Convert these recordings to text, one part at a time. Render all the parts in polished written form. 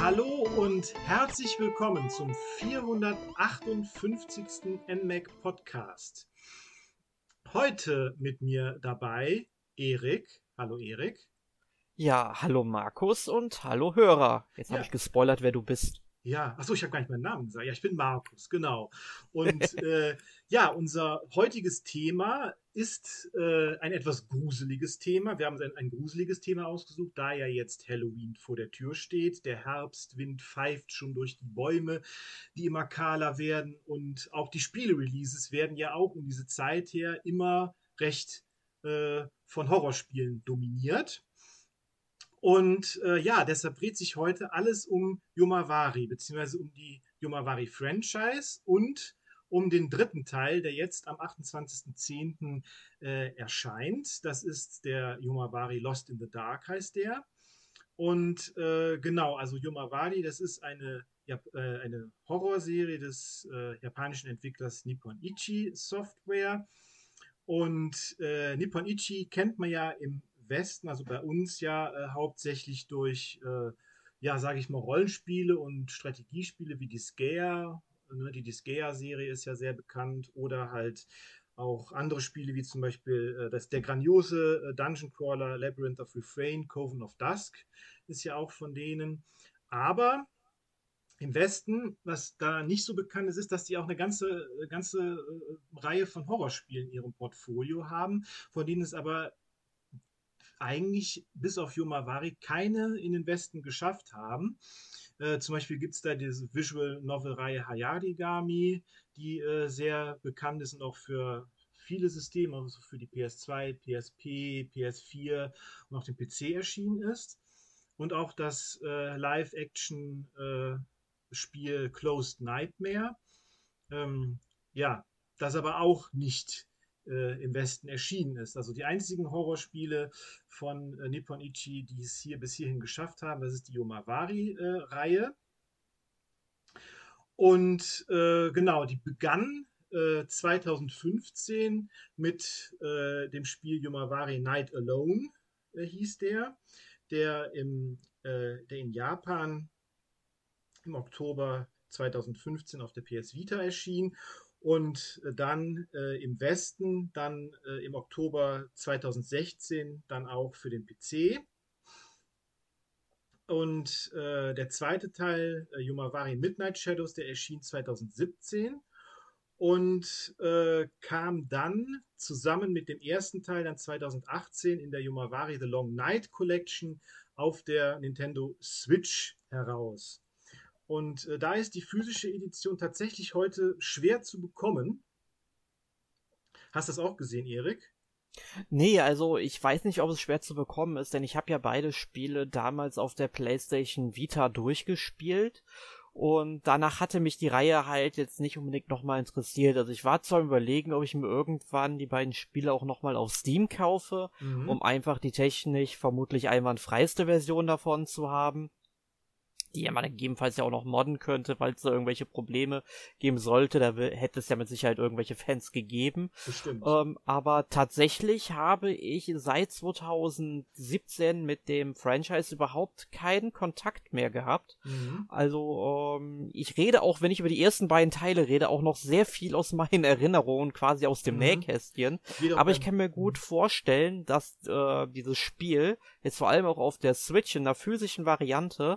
Hallo und herzlich willkommen zum 458. NMAC Podcast. Heute mit mir dabei Erik. Hallo Erik. Ja, hallo Markus und hallo Hörer. Jetzt habe Ja, ich gespoilert, wer du bist. ja. Achso, ich habe gar nicht meinen Namen gesagt. Ja, ich bin Markus, genau. Und ja, unser heutiges Thema ist ein etwas gruseliges Thema. Wir haben uns ein gruseliges Thema ausgesucht, da ja jetzt Halloween vor der Tür steht. Der Herbstwind pfeift schon durch die Bäume, die immer kahler werden. Und auch die Spiele-Releases werden ja auch um diese Zeit her immer recht von Horrorspielen dominiert. Und ja, deshalb dreht sich heute alles um Yomawari, beziehungsweise um die Yomawari-Franchise und um den dritten Teil, der jetzt am 28.10. Erscheint. Das ist der Yomawari Lost in the Dark, heißt der. Und genau, also Yomawari, das ist eine Horrorserie des japanischen Entwicklers Nippon Ichi Software. Und Nippon Ichi kennt man ja im Westen, also bei uns ja hauptsächlich durch, ja, sage ich mal, Rollenspiele und Strategiespiele wie Disgaea. Ne? Die Disgaea-Serie ist ja sehr bekannt. Oder halt auch andere Spiele wie zum Beispiel der grandiose Dungeon Crawler Labyrinth of Refrain, Coven of Dusk ist ja auch von denen. Aber im Westen, was da nicht so bekannt ist, ist, dass die auch eine ganze Reihe von Horrorspielen in ihrem Portfolio haben, von denen es aber eigentlich bis auf Yomawari keine in den Westen geschafft haben. Zum Beispiel gibt es da diese Visual Novel-Reihe Hayarigami, die sehr bekannt ist und auch für viele Systeme, also für die PS2, PSP, PS4 und auch den PC erschienen ist. Und auch das Live-Action-Spiel Closed Nightmare. Ähm, ja, das aber auch nicht im Westen erschienen ist. Also die einzigen Horrorspiele von Nippon Ichi, die es hier bis hierhin geschafft haben, das ist die Yomawari-Reihe. Und genau, die begann 2015 mit dem Spiel Yomawari Night Alone, hieß der in Japan im Oktober 2015 auf der PS Vita erschien und dann im Westen dann im Oktober 2016 dann auch für den PC. Und der zweite Teil, Yomawari Midnight Shadows, der erschien 2017 und kam dann zusammen mit dem ersten Teil dann 2018 in der Yomawari The Long Night Collection auf der Nintendo Switch heraus. Und da ist die physische Edition tatsächlich heute schwer zu bekommen. Hast du das auch gesehen, Erik? Nee, also ich weiß nicht, ob es schwer zu bekommen ist, denn ich habe ja beide Spiele damals auf der PlayStation Vita durchgespielt und danach hatte mich die Reihe halt jetzt nicht unbedingt nochmal interessiert. Also ich war zwar am Überlegen, ob ich mir irgendwann die beiden Spiele auch nochmal auf Steam kaufe, Mhm. um einfach die technisch vermutlich einwandfreiste Version davon zu haben, die man gegebenenfalls ja auch noch modden könnte, falls es da irgendwelche Probleme geben sollte. Da hätte es ja mit Sicherheit irgendwelche Fans gegeben. Bestimmt. Aber tatsächlich habe ich seit 2017 mit dem Franchise überhaupt keinen Kontakt mehr gehabt. Mhm. Also ich rede auch, wenn ich über die ersten beiden Teile rede, auch noch sehr viel aus meinen Erinnerungen, quasi aus dem Mhm. Nähkästchen. Geht auch Aber ich beim. kann mir gut Mhm. vorstellen, dass dieses Spiel jetzt vor allem auch auf der Switch in der physischen Variante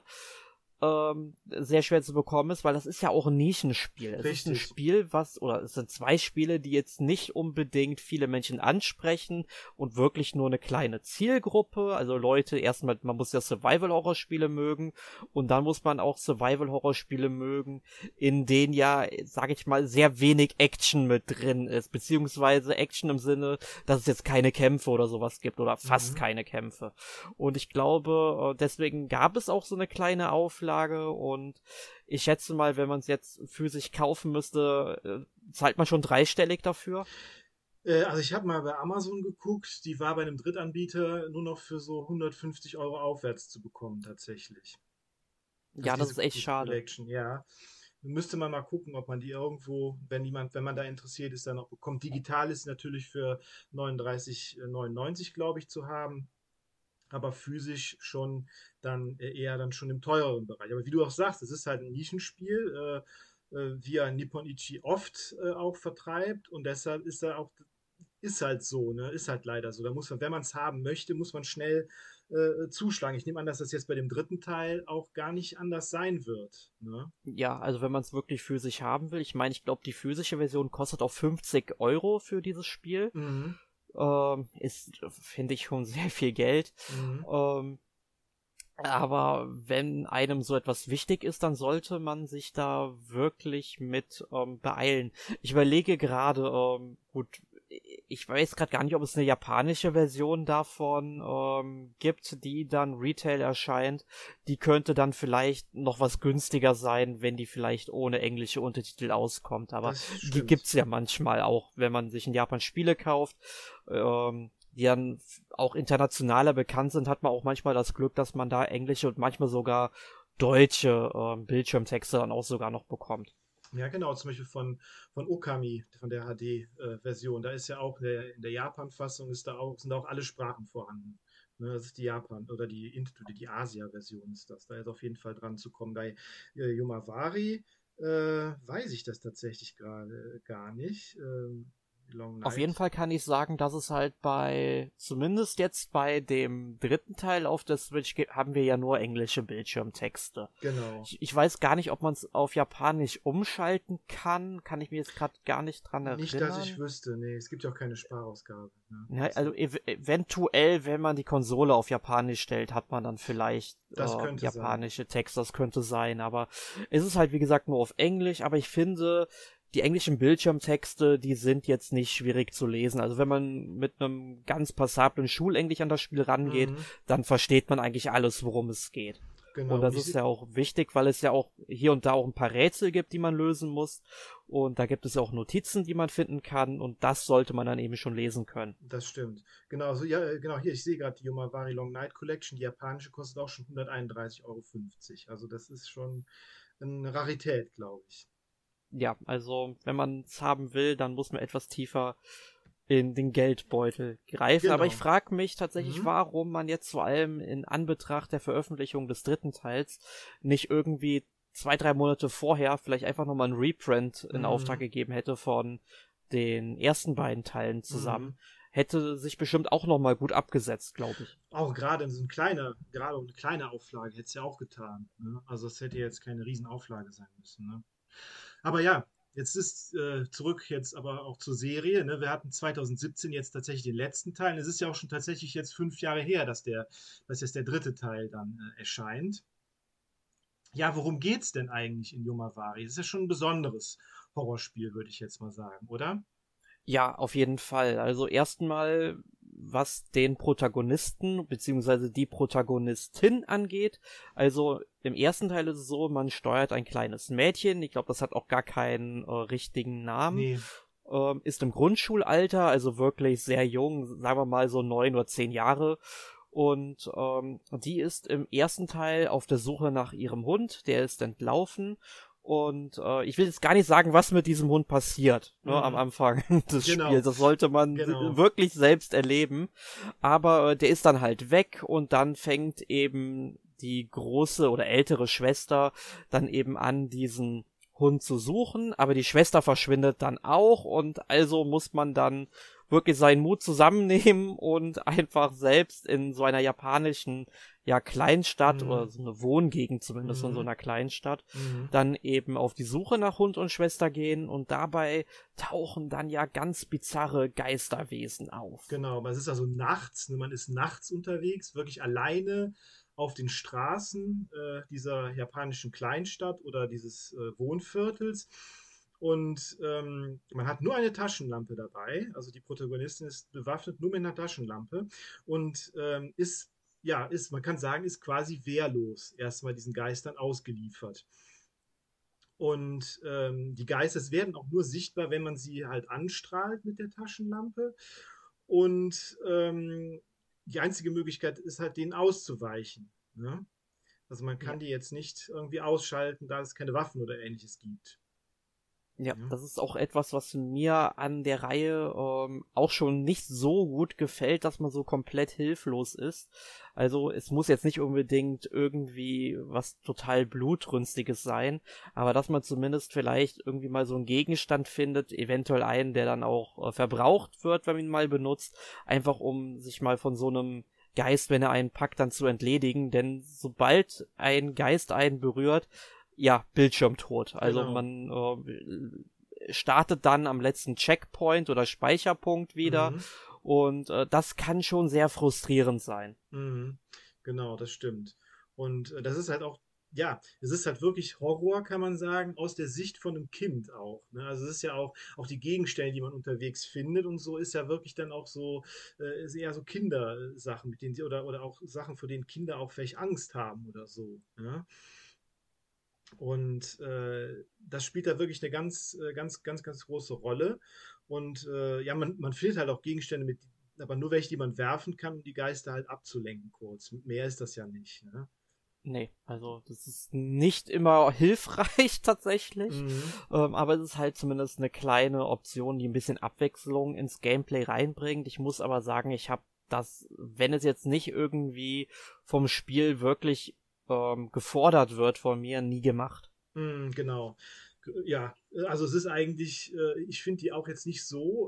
sehr schwer zu bekommen ist, weil das ist ja auch ein Nischenspiel. Es ist ein Richtig. Spiel, oder es sind zwei Spiele, die jetzt nicht unbedingt viele Menschen ansprechen und wirklich nur eine kleine Zielgruppe. Also Leute, erstmal, man muss ja Survival-Horror-Spiele mögen und dann muss man auch Survival-Horror-Spiele mögen, in denen ja, sag ich mal, sehr wenig Action mit drin ist, beziehungsweise Action im Sinne, dass es jetzt keine Kämpfe oder sowas gibt oder fast Mhm. keine Kämpfe. Und ich glaube, deswegen gab es auch so eine kleine Auflage und ich schätze mal, wenn man es jetzt physisch kaufen müsste, zahlt man schon dreistellig dafür. Also ich habe mal bei Amazon geguckt, die war bei einem Drittanbieter nur noch für so 150 € aufwärts zu bekommen tatsächlich. Also Ja, das ist echt diese schade. Collection, ja. Müsste man mal gucken, ob man die irgendwo, wenn man da interessiert ist, dann auch bekommt. Digital ist natürlich für 39,99, glaube ich, zu haben. aber physisch schon dann eher dann schon im teureren Bereich. Aber wie du auch sagst, es ist halt ein Nischenspiel, wie ja Nippon Ichi oft auch vertreibt und deshalb ist er auch ist halt so, ne? Ist halt leider so. Da muss man, wenn man es haben möchte, muss man schnell zuschlagen. Ich nehme an, dass das jetzt bei dem dritten Teil auch gar nicht anders sein wird. Ne? Ja, also wenn man es wirklich physisch haben will, ich meine, ich glaube, die physische Version kostet auch 50 € für dieses Spiel. Mhm. Ist, finde ich, schon sehr viel Geld. Mhm. Aber wenn einem so etwas wichtig ist, dann sollte man sich da wirklich mit beeilen. Ich überlege gerade, gut, ich weiß gerade gar nicht, ob es eine japanische Version davon gibt, die dann Retail erscheint. Die könnte dann vielleicht noch was günstiger sein, wenn die vielleicht ohne englische Untertitel auskommt. Aber Das die stimmt. gibt's ja manchmal auch, wenn man sich in Japan Spiele kauft. Die dann auch internationaler bekannt sind, hat man auch manchmal das Glück, dass man da englische und manchmal sogar deutsche Bildschirmtexte dann auch sogar noch bekommt. Ja, genau, zum Beispiel von Okami, von der HD-Version. Da ist ja auch in der Japan-Fassung sind da auch alle Sprachen vorhanden. Ne, das ist die Japan- oder die Asia-Version ist das. Da ist auf jeden Fall dran zu kommen. Bei Yomawari weiß ich das tatsächlich gerade gar nicht. Long Auf jeden Night. Fall kann ich sagen, dass es halt zumindest jetzt bei dem dritten Teil auf der Switch haben wir ja nur englische Bildschirmtexte. Genau. Ich weiß gar nicht, ob man es auf Japanisch umschalten kann ich mir jetzt gerade gar nicht dran Nicht, dass ich erinnern. wüsste. Nee, es gibt ja auch keine Sprachausgabe. Ne? Ja, Also, also eventuell, wenn man die Konsole auf Japanisch stellt, hat man dann vielleicht das könnte sein. japanische Text, das könnte sein, aber es ist halt wie gesagt nur auf Englisch, aber ich finde, die englischen Bildschirmtexte, die sind jetzt nicht schwierig zu lesen. Also wenn man mit einem ganz passablen Schulenglisch an das Spiel rangeht, Mhm. dann versteht man eigentlich alles, worum es geht. Und Genau. Und das ist ja auch wichtig, weil es ja auch hier und da auch ein paar Rätsel gibt, die man lösen muss. Und da gibt es ja auch Notizen, die man finden kann. Und das sollte man dann eben schon lesen können. Das stimmt. Genau, so, ja, genau, hier, ich sehe gerade die Yomawari Long Night Collection. Die japanische kostet auch schon 131,50 €. Also das ist schon eine Rarität, glaube ich. Ja, also wenn man es haben will, dann muss man etwas tiefer in den Geldbeutel greifen. Aber ich Genau. frage mich tatsächlich, Mhm. warum man jetzt vor allem in Anbetracht der Veröffentlichung des dritten Teils nicht irgendwie 2, 3 Monate vorher vielleicht einfach nochmal einen Reprint in Auftrag Mhm. gegeben hätte von den ersten beiden Teilen Mhm. zusammen. Hätte sich bestimmt auch nochmal gut abgesetzt, glaube ich. Auch gerade eine kleine Auflage hätte es ja auch getan. Ne? Also es hätte jetzt keine Riesenauflage sein müssen. Ne? Aber ja, jetzt ist zurück jetzt aber auch zur Serie. Ne? Wir hatten 2017 jetzt tatsächlich den letzten Teil. Und es ist ja auch schon tatsächlich jetzt 5 Jahre her, dass jetzt der dritte Teil dann erscheint. Ja, worum geht's denn eigentlich in Yomawari? Das ist ja schon ein besonderes Horrorspiel, würde ich jetzt mal sagen, oder? Ja, auf jeden Fall. Also erstmal, was den Protagonisten beziehungsweise die Protagonistin angeht. Also im ersten Teil ist es so, man steuert ein kleines Mädchen. Ich glaube, das hat auch gar keinen richtigen Namen. Nee. Ist im Grundschulalter, also wirklich sehr jung, sagen wir mal so 9 oder 10 Jahre. Und die ist im ersten Teil auf der Suche nach ihrem Hund. Der ist entlaufen. Und ich will jetzt gar nicht sagen, was mit diesem Hund passiert, ne, am Mhm. Anfang des Spiels. Genau, Das sollte man genau. wirklich selbst erleben. Aber der ist dann halt weg und dann fängt eben die große oder ältere Schwester dann eben an, diesen Hund zu suchen. Aber die Schwester verschwindet dann auch und also muss man dann wirklich seinen Mut zusammennehmen und einfach selbst in so einer japanischen, ja, Kleinstadt oder Mhm. so eine Wohngegend zumindest in so Mhm. einer Kleinstadt, Mhm. dann eben auf die Suche nach Hund und Schwester gehen und dabei tauchen dann ja ganz bizarre Geisterwesen auf. Genau, aber es ist also nachts, ne, man ist nachts unterwegs, wirklich alleine auf den Straßen dieser japanischen Kleinstadt oder dieses Wohnviertels. Und man hat nur eine Taschenlampe dabei. Also die Protagonistin ist bewaffnet nur mit einer Taschenlampe und man kann sagen, ist quasi wehrlos erstmal diesen Geistern ausgeliefert. Und die Geister werden auch nur sichtbar, wenn man sie halt anstrahlt mit der Taschenlampe. Und die einzige Möglichkeit ist halt, denen auszuweichen. Ne? Also man Ja. kann die jetzt nicht irgendwie ausschalten, da es keine Waffen oder ähnliches gibt. Ja, Ja. das ist auch etwas, was mir an der Reihe auch schon nicht so gut gefällt, dass man so komplett hilflos ist. Also es muss jetzt nicht unbedingt irgendwie was total Blutrünstiges sein, aber dass man zumindest vielleicht irgendwie mal so einen Gegenstand findet, eventuell einen, der dann auch verbraucht wird, wenn man ihn mal benutzt, einfach um sich mal von so einem Geist, wenn er einen packt, dann zu entledigen, denn sobald ein Geist einen berührt, ja, Bildschirmtod. Also Genau. man startet dann am letzten Checkpoint oder Speicherpunkt wieder Mhm. und das kann schon sehr frustrierend sein. Mhm. Genau, das stimmt. Und das ist halt auch, ja, es ist halt wirklich Horror, kann man sagen, aus der Sicht von einem Kind auch. Ne? Also es ist ja auch die Gegenstände, die man unterwegs findet und so, ist ja wirklich dann auch so, ist eher so Kindersachen, mit denen sie, oder auch Sachen, vor denen Kinder auch vielleicht Angst haben oder so. Ja? Und das spielt da wirklich eine ganz große Rolle. Und ja, man findet halt auch Gegenstände mit, aber nur welche, die man werfen kann, um die Geister halt abzulenken kurz. Mehr ist das ja nicht. Ne? Nee, also das ist nicht immer hilfreich tatsächlich, Mhm. aber es ist halt zumindest eine kleine Option, die ein bisschen Abwechslung ins Gameplay reinbringt. Ich muss aber sagen, ich habe das, wenn es jetzt nicht irgendwie vom Spiel wirklich gefordert wird von mir, nie gemacht. Genau. Ja, also es ist eigentlich, ich finde die auch jetzt nicht so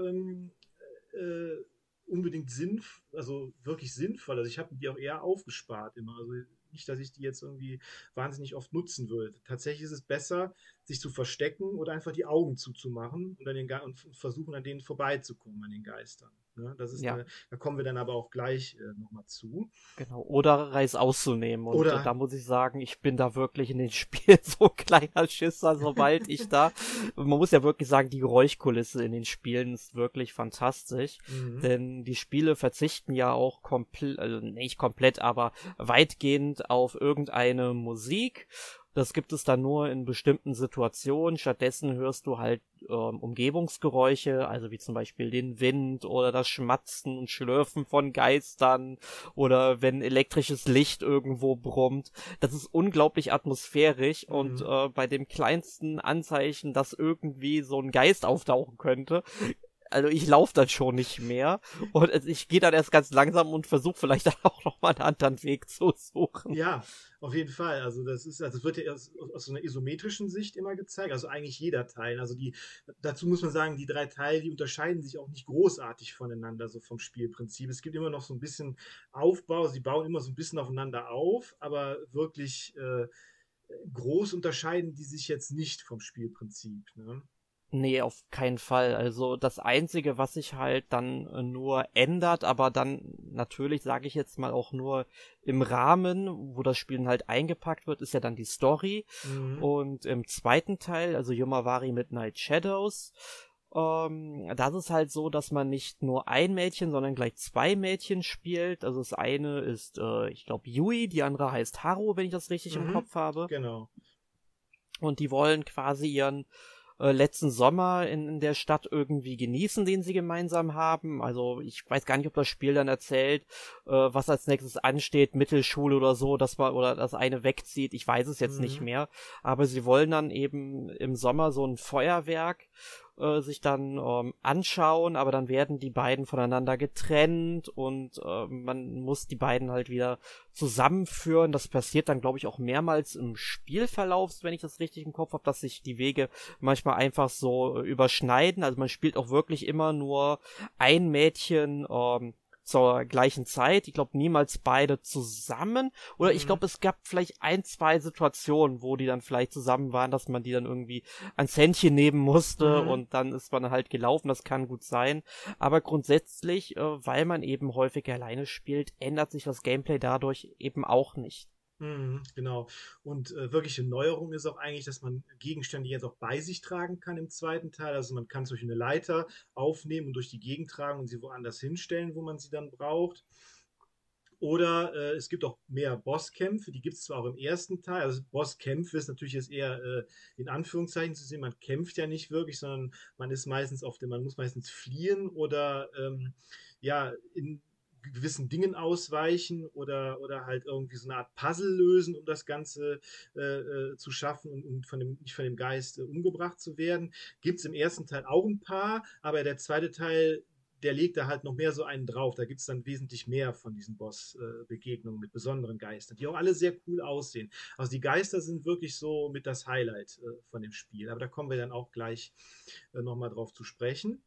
äh, unbedingt also wirklich sinnvoll. Also ich habe die auch eher aufgespart immer. Also nicht, dass ich die jetzt irgendwie wahnsinnig oft nutzen würde. Tatsächlich ist es besser, sich zu verstecken oder einfach die Augen zuzumachen und, und versuchen, an denen vorbeizukommen, an den Geistern. Ne? Ja. Da kommen wir dann aber auch gleich nochmal zu. Genau, oder Reis auszunehmen. Und Oder da muss ich sagen, ich bin da wirklich in den Spielen so ein kleiner Schisser, sobald ich da. Man muss ja wirklich sagen, die Geräuschkulisse in den Spielen ist wirklich fantastisch. mhm. Denn die Spiele verzichten ja auch komplett, also nicht komplett, aber weitgehend auf irgendeine Musik. Das gibt es dann nur in bestimmten Situationen. Stattdessen hörst du halt Umgebungsgeräusche, also wie zum Beispiel den Wind oder das Schmatzen und Schlürfen von Geistern oder wenn elektrisches Licht irgendwo brummt. Das ist unglaublich atmosphärisch und Mhm. bei dem kleinsten Anzeichen, dass irgendwie so ein Geist auftauchen könnte, also ich laufe dann schon nicht mehr und ich gehe dann erst ganz langsam und versuche vielleicht dann auch nochmal einen anderen Weg zu suchen. Ja, auf jeden Fall. Also es wird ja aus so einer isometrischen Sicht immer gezeigt, also eigentlich jeder Teil. Dazu muss man sagen, die drei Teile, die unterscheiden sich auch nicht großartig voneinander, so vom Spielprinzip. Es gibt immer noch so ein bisschen Aufbau, sie bauen immer so ein bisschen aufeinander auf, aber wirklich groß unterscheiden die sich jetzt nicht vom Spielprinzip. Ne? Nee, auf keinen Fall. Also das Einzige, was sich halt dann nur ändert, aber dann natürlich, sage ich jetzt mal auch nur im Rahmen, wo das Spiel dann halt eingepackt wird, ist ja dann die Story. Mhm. Und im zweiten Teil, also Yomawari Midnight Shadows, das ist halt so, dass man nicht nur ein Mädchen, sondern gleich zwei Mädchen spielt. Also das eine ist, ich glaube, Yui, die andere heißt Haru, wenn ich das richtig im Mhm. Kopf habe. Genau. Und die wollen quasi ihren letzten Sommer in der Stadt irgendwie genießen, den sie gemeinsam haben. Also ich weiß gar nicht, ob das Spiel dann erzählt, was als nächstes ansteht, Mittelschule oder so, dass man oder das eine wegzieht. Ich weiß es jetzt nicht Mhm. mehr. Aber sie wollen dann eben im Sommer so ein Feuerwerk sich dann anschauen, aber dann werden die beiden voneinander getrennt und man muss die beiden halt wieder zusammenführen. Das passiert dann, glaube ich, auch mehrmals im Spielverlauf, wenn ich das richtig im Kopf habe, dass sich die Wege manchmal einfach so überschneiden. Also man spielt auch wirklich immer nur ein Mädchen zur gleichen Zeit. Ich glaube niemals beide zusammen. Oder ich Mhm. glaube, es gab vielleicht ein, zwei Situationen, wo die dann vielleicht zusammen waren, dass man die dann irgendwie ans Händchen nehmen musste Mhm. und dann ist man halt gelaufen. Das kann gut sein. Aber grundsätzlich, weil man eben häufig alleine spielt, ändert sich das Gameplay dadurch eben auch nicht. Mhm, genau. Und wirkliche Neuerung ist auch eigentlich, dass man Gegenstände jetzt auch bei sich tragen kann im zweiten Teil. Also man kann zum Beispiel eine Leiter aufnehmen und durch die Gegend tragen und sie woanders hinstellen, wo man sie dann braucht. Oder es gibt auch mehr Bosskämpfe, die gibt es zwar auch im ersten Teil. Also Bosskämpfe ist natürlich jetzt eher in Anführungszeichen zu sehen, man kämpft ja nicht wirklich, sondern man ist meistens man muss meistens fliehen oder ja, gewissen Dingen ausweichen oder halt irgendwie so eine Art Puzzle lösen, um das Ganze zu schaffen und nicht von dem Geist umgebracht zu werden. Gibt es im ersten Teil auch ein paar, aber der zweite Teil, der legt da halt noch mehr so einen drauf. Da gibt es dann wesentlich mehr von diesen Boss-Begegnungen mit besonderen Geistern, die auch alle sehr cool aussehen. Also die Geister sind wirklich so mit das Highlight von dem Spiel. Aber da kommen wir dann auch gleich nochmal drauf zu sprechen.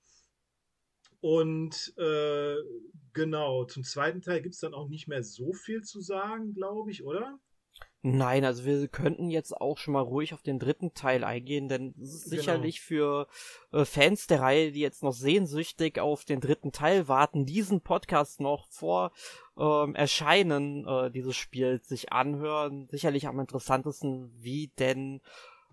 Und genau, zum zweiten Teil gibt es dann auch nicht mehr so viel zu sagen, glaube ich, oder? Nein, also wir könnten jetzt auch schon mal ruhig auf den dritten Teil eingehen, denn es ist Genau. sicherlich für Fans der Reihe, die jetzt noch sehnsüchtig auf den dritten Teil warten, diesen Podcast noch vor Erscheinen dieses Spiels sich anhören, sicherlich am interessantesten, wie denn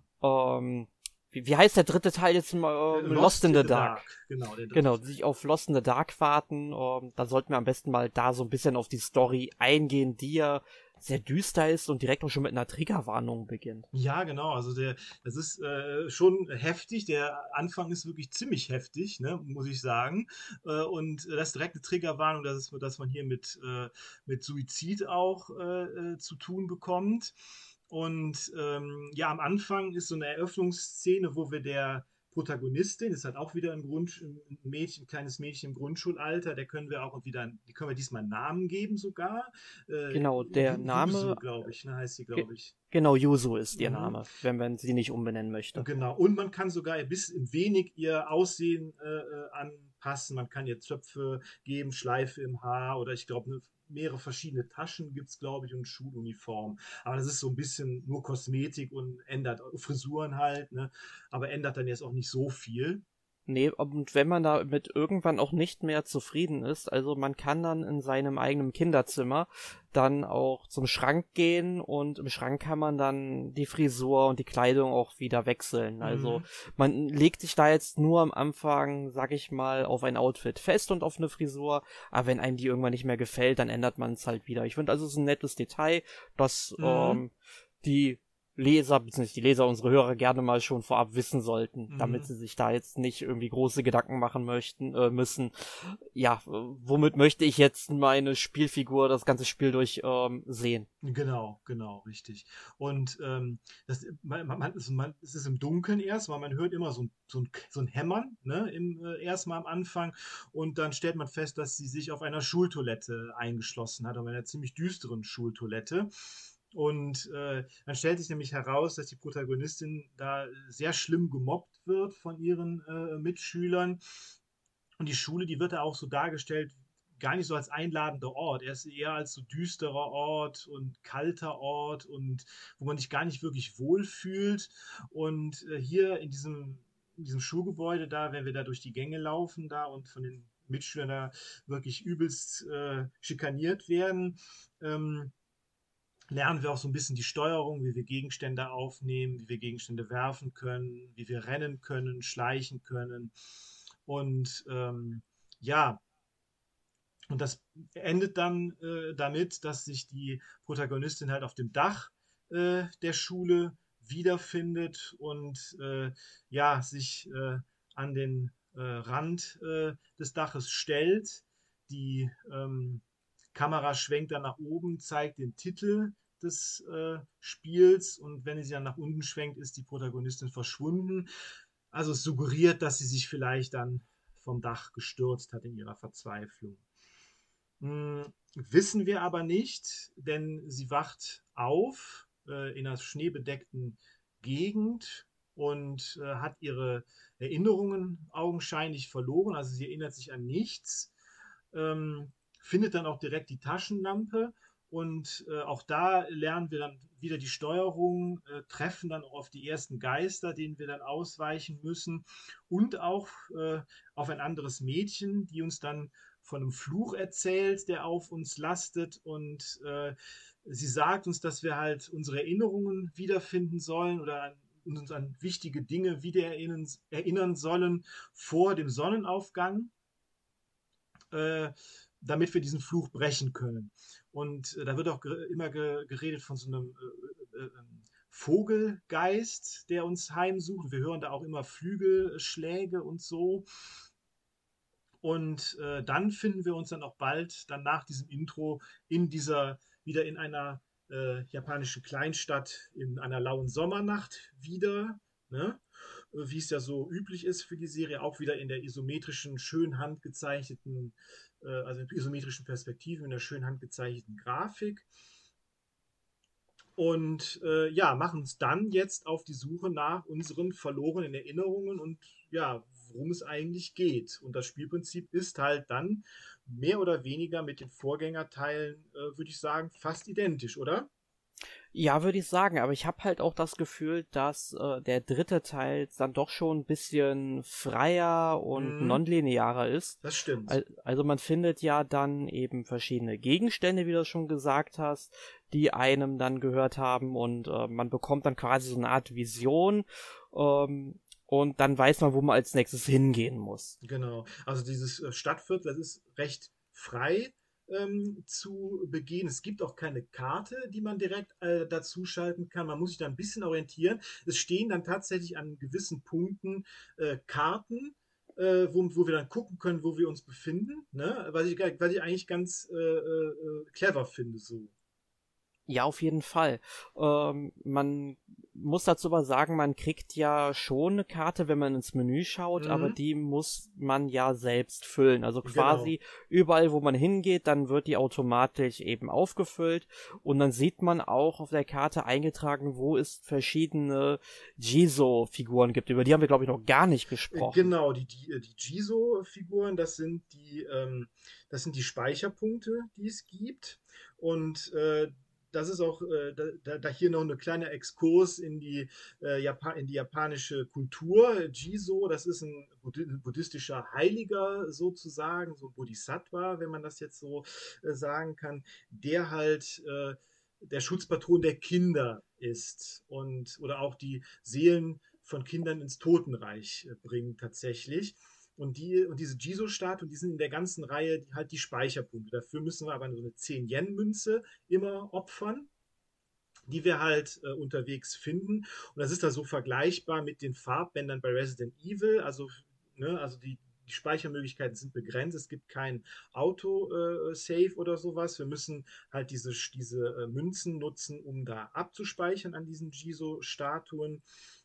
wie heißt der dritte Teil jetzt mal? Lost in the Dark. Genau, der dritte Genau, Teil. sich auf Lost in the Dark warten. Da sollten wir am besten mal da so ein bisschen auf die Story eingehen, die ja sehr düster ist und direkt auch schon mit einer Triggerwarnung beginnt. Ja, genau. Also das ist schon heftig. Der Anfang ist wirklich ziemlich heftig, ne, muss ich sagen. Und das ist direkt eine Triggerwarnung, dass man hier mit Suizid auch zu tun bekommt. Und ja, am Anfang ist so eine Eröffnungsszene, wo wir der Protagonistin, ist halt auch wieder ein kleines Mädchen im Grundschulalter, die können wir diesmal einen Namen geben sogar. Genau, der Yuzu, Name, glaube ich, ne, heißt sie, ge glaube ich. genau, Yuzu ist ihr Mhm. Name, wenn man sie nicht umbenennen möchte. Genau. Und man kann sogar ein wenig ihr Aussehen anpassen. Man kann ihr Zöpfe geben, Schleife im Haar oder ich glaube, mehrere verschiedene Taschen gibt es, glaube ich, und Schuluniform. Aber das ist so ein bisschen nur Kosmetik und ändert Frisuren halt, ne? Aber ändert dann jetzt auch nicht so viel. Nee, und wenn man damit irgendwann auch nicht mehr zufrieden ist, also man kann dann in seinem eigenen Kinderzimmer dann auch zum Schrank gehen und im Schrank kann man dann die Frisur und die Kleidung auch wieder wechseln. Also Mhm. man legt sich da jetzt nur am Anfang, sag ich mal, auf ein Outfit fest und auf eine Frisur, aber wenn einem die irgendwann nicht mehr gefällt, dann ändert man es halt wieder. Ich finde also, es ist ein nettes Detail, dass Mhm. die Leser, beziehungsweise die Leser, unsere Hörer gerne mal schon vorab wissen sollten, damit Mhm. sie sich da jetzt nicht irgendwie große Gedanken machen müssen. Ja, womit möchte ich jetzt meine Spielfigur das ganze Spiel durch sehen? Genau, genau, richtig. Und es ist im Dunkeln erst, weil man hört immer so ein Hämmern, ne, erstmal am Anfang. Und dann stellt man fest, dass sie sich auf einer Schultoilette eingeschlossen hat, auf einer ziemlich düsteren Schultoilette. Und dann stellt sich nämlich heraus, dass die Protagonistin da sehr schlimm gemobbt wird von ihren Mitschülern. Und die Schule, die wird da auch so dargestellt, gar nicht so als einladender Ort. Er ist eher als so düsterer Ort und kalter Ort und wo man sich gar nicht wirklich wohlfühlt. Und hier in diesem Schulgebäude da, wenn wir da durch die Gänge laufen da und von den Mitschülern da wirklich übelst schikaniert werden, ähm, lernen wir auch so ein bisschen die Steuerung, wie wir Gegenstände aufnehmen, wie wir Gegenstände werfen können, wie wir rennen können, schleichen können. Und ja, und das endet dann damit, dass sich die Protagonistin halt auf dem Dach der Schule wiederfindet und ja, sich an den Rand des Daches stellt. Die Kamera schwenkt dann nach oben, zeigt den Titel des Spiels und wenn sie dann nach unten schwenkt, ist die Protagonistin verschwunden. Also es suggeriert, dass sie sich vielleicht dann vom Dach gestürzt hat in ihrer Verzweiflung. Wissen wir aber nicht, denn sie wacht auf in einer schneebedeckten Gegend und hat ihre Erinnerungen augenscheinlich verloren. Also sie erinnert sich an nichts, findet dann auch direkt die Taschenlampe und auch da lernen wir dann wieder die Steuerung, treffen dann auch auf die ersten Geister, denen wir dann ausweichen müssen und auch auf ein anderes Mädchen, die uns dann von einem Fluch erzählt, der auf uns lastet und sie sagt uns, dass wir halt unsere Erinnerungen wiederfinden sollen oder uns an wichtige Dinge wieder erinnern sollen vor dem Sonnenaufgang, äh, damit wir diesen Fluch brechen können. Und da wird auch immer geredet von so einem Vogelgeist, der uns heimsucht. Wir hören da auch immer Flügelschläge und so. Und dann finden wir uns dann auch bald, dann nach diesem Intro, wieder in einer japanischen Kleinstadt in einer lauen Sommernacht wieder, ne? Wie es ja so üblich ist für die Serie, auch wieder in der isometrischen, schön handgezeichneten, also in isometrischen Perspektiven, in der schön handgezeichneten Grafik. Und ja, machen uns dann jetzt auf die Suche nach unseren verlorenen Erinnerungen und ja, worum es eigentlich geht. Und das Spielprinzip ist halt dann mehr oder weniger mit den Vorgängerteilen, würde ich sagen, fast identisch, oder? Ja, würde ich sagen, aber ich habe halt auch das Gefühl, dass der dritte Teil dann doch schon ein bisschen freier und Mhm, nonlinearer ist. das stimmt. Also man findet ja dann eben verschiedene Gegenstände, wie du schon gesagt hast, die einem dann gehört haben und man bekommt dann quasi so eine Art Vision und dann weiß man, wo man als nächstes hingehen muss. Genau. Also dieses Stadtviertel, das ist recht frei zu begehen. Es gibt auch keine Karte, die man direkt dazu schalten kann. Man muss sich da ein bisschen orientieren. Es stehen dann tatsächlich an gewissen Punkten Karten, wo wir dann gucken können, wo wir uns befinden. Ne? Was ich eigentlich ganz clever finde. So. Ja, auf jeden Fall. Man muss dazu aber sagen, man kriegt ja schon eine Karte, wenn man ins Menü schaut, aber Mhm. die muss man ja selbst füllen. Also Genau. quasi überall, wo man hingeht, dann wird die automatisch eben aufgefüllt und dann sieht man auch auf der Karte eingetragen, wo es verschiedene Jizo-Figuren gibt. Über die haben wir, glaube ich, noch gar nicht gesprochen. Genau, die Jiso-Figuren, das sind die Speicherpunkte, die es gibt. Und das ist auch da hier noch eine kleine Exkurs in die japanische Kultur. Jiso, das ist ein buddhistischer Heiliger sozusagen, so ein Bodhisattva, wenn man das jetzt so sagen kann, der halt der Schutzpatron der Kinder ist und oder auch die Seelen von Kindern ins Totenreich bringen tatsächlich. Und diese Jiso-Statuen, die sind in der ganzen Reihe halt die Speicherpunkte. Dafür müssen wir aber so eine 10-Yen-Münze immer opfern, die wir halt unterwegs finden. Und das ist da so vergleichbar mit den Farbbändern bei Resident Evil. Also, ne, also die Speichermöglichkeiten sind begrenzt. Es gibt kein Auto-Save oder sowas. Wir müssen halt diese Münzen nutzen, um da abzuspeichern an diesen Jiso-Statuen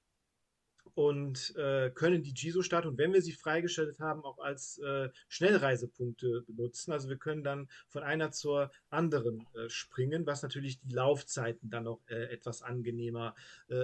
und können die Jiso-Statuen, wenn wir sie freigeschaltet haben, auch als Schnellreisepunkte benutzen. Also wir können dann von einer zur anderen springen, was natürlich die Laufzeiten dann noch etwas angenehmer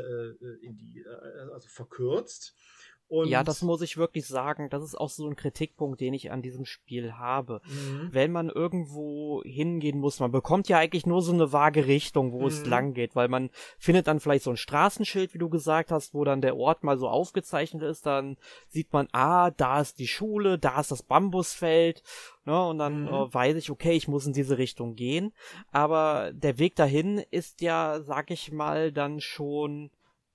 also verkürzt. Ja, das Und muss ich wirklich sagen. Das ist auch so ein Kritikpunkt, den ich an diesem Spiel habe. mh, Wenn man irgendwo hingehen muss, man bekommt ja eigentlich nur so eine vage Richtung, wo es mh, lang geht, weil man findet dann vielleicht so ein Straßenschild, wie du gesagt hast, wo dann der Ort mal so aufgezeichnet ist. Dann sieht man, da ist die Schule, da ist das Bambusfeld, ne, und dann mh, weiß ich, okay, ich muss in diese Richtung gehen. Aber der Weg dahin ist ja, sag ich mal, dann schon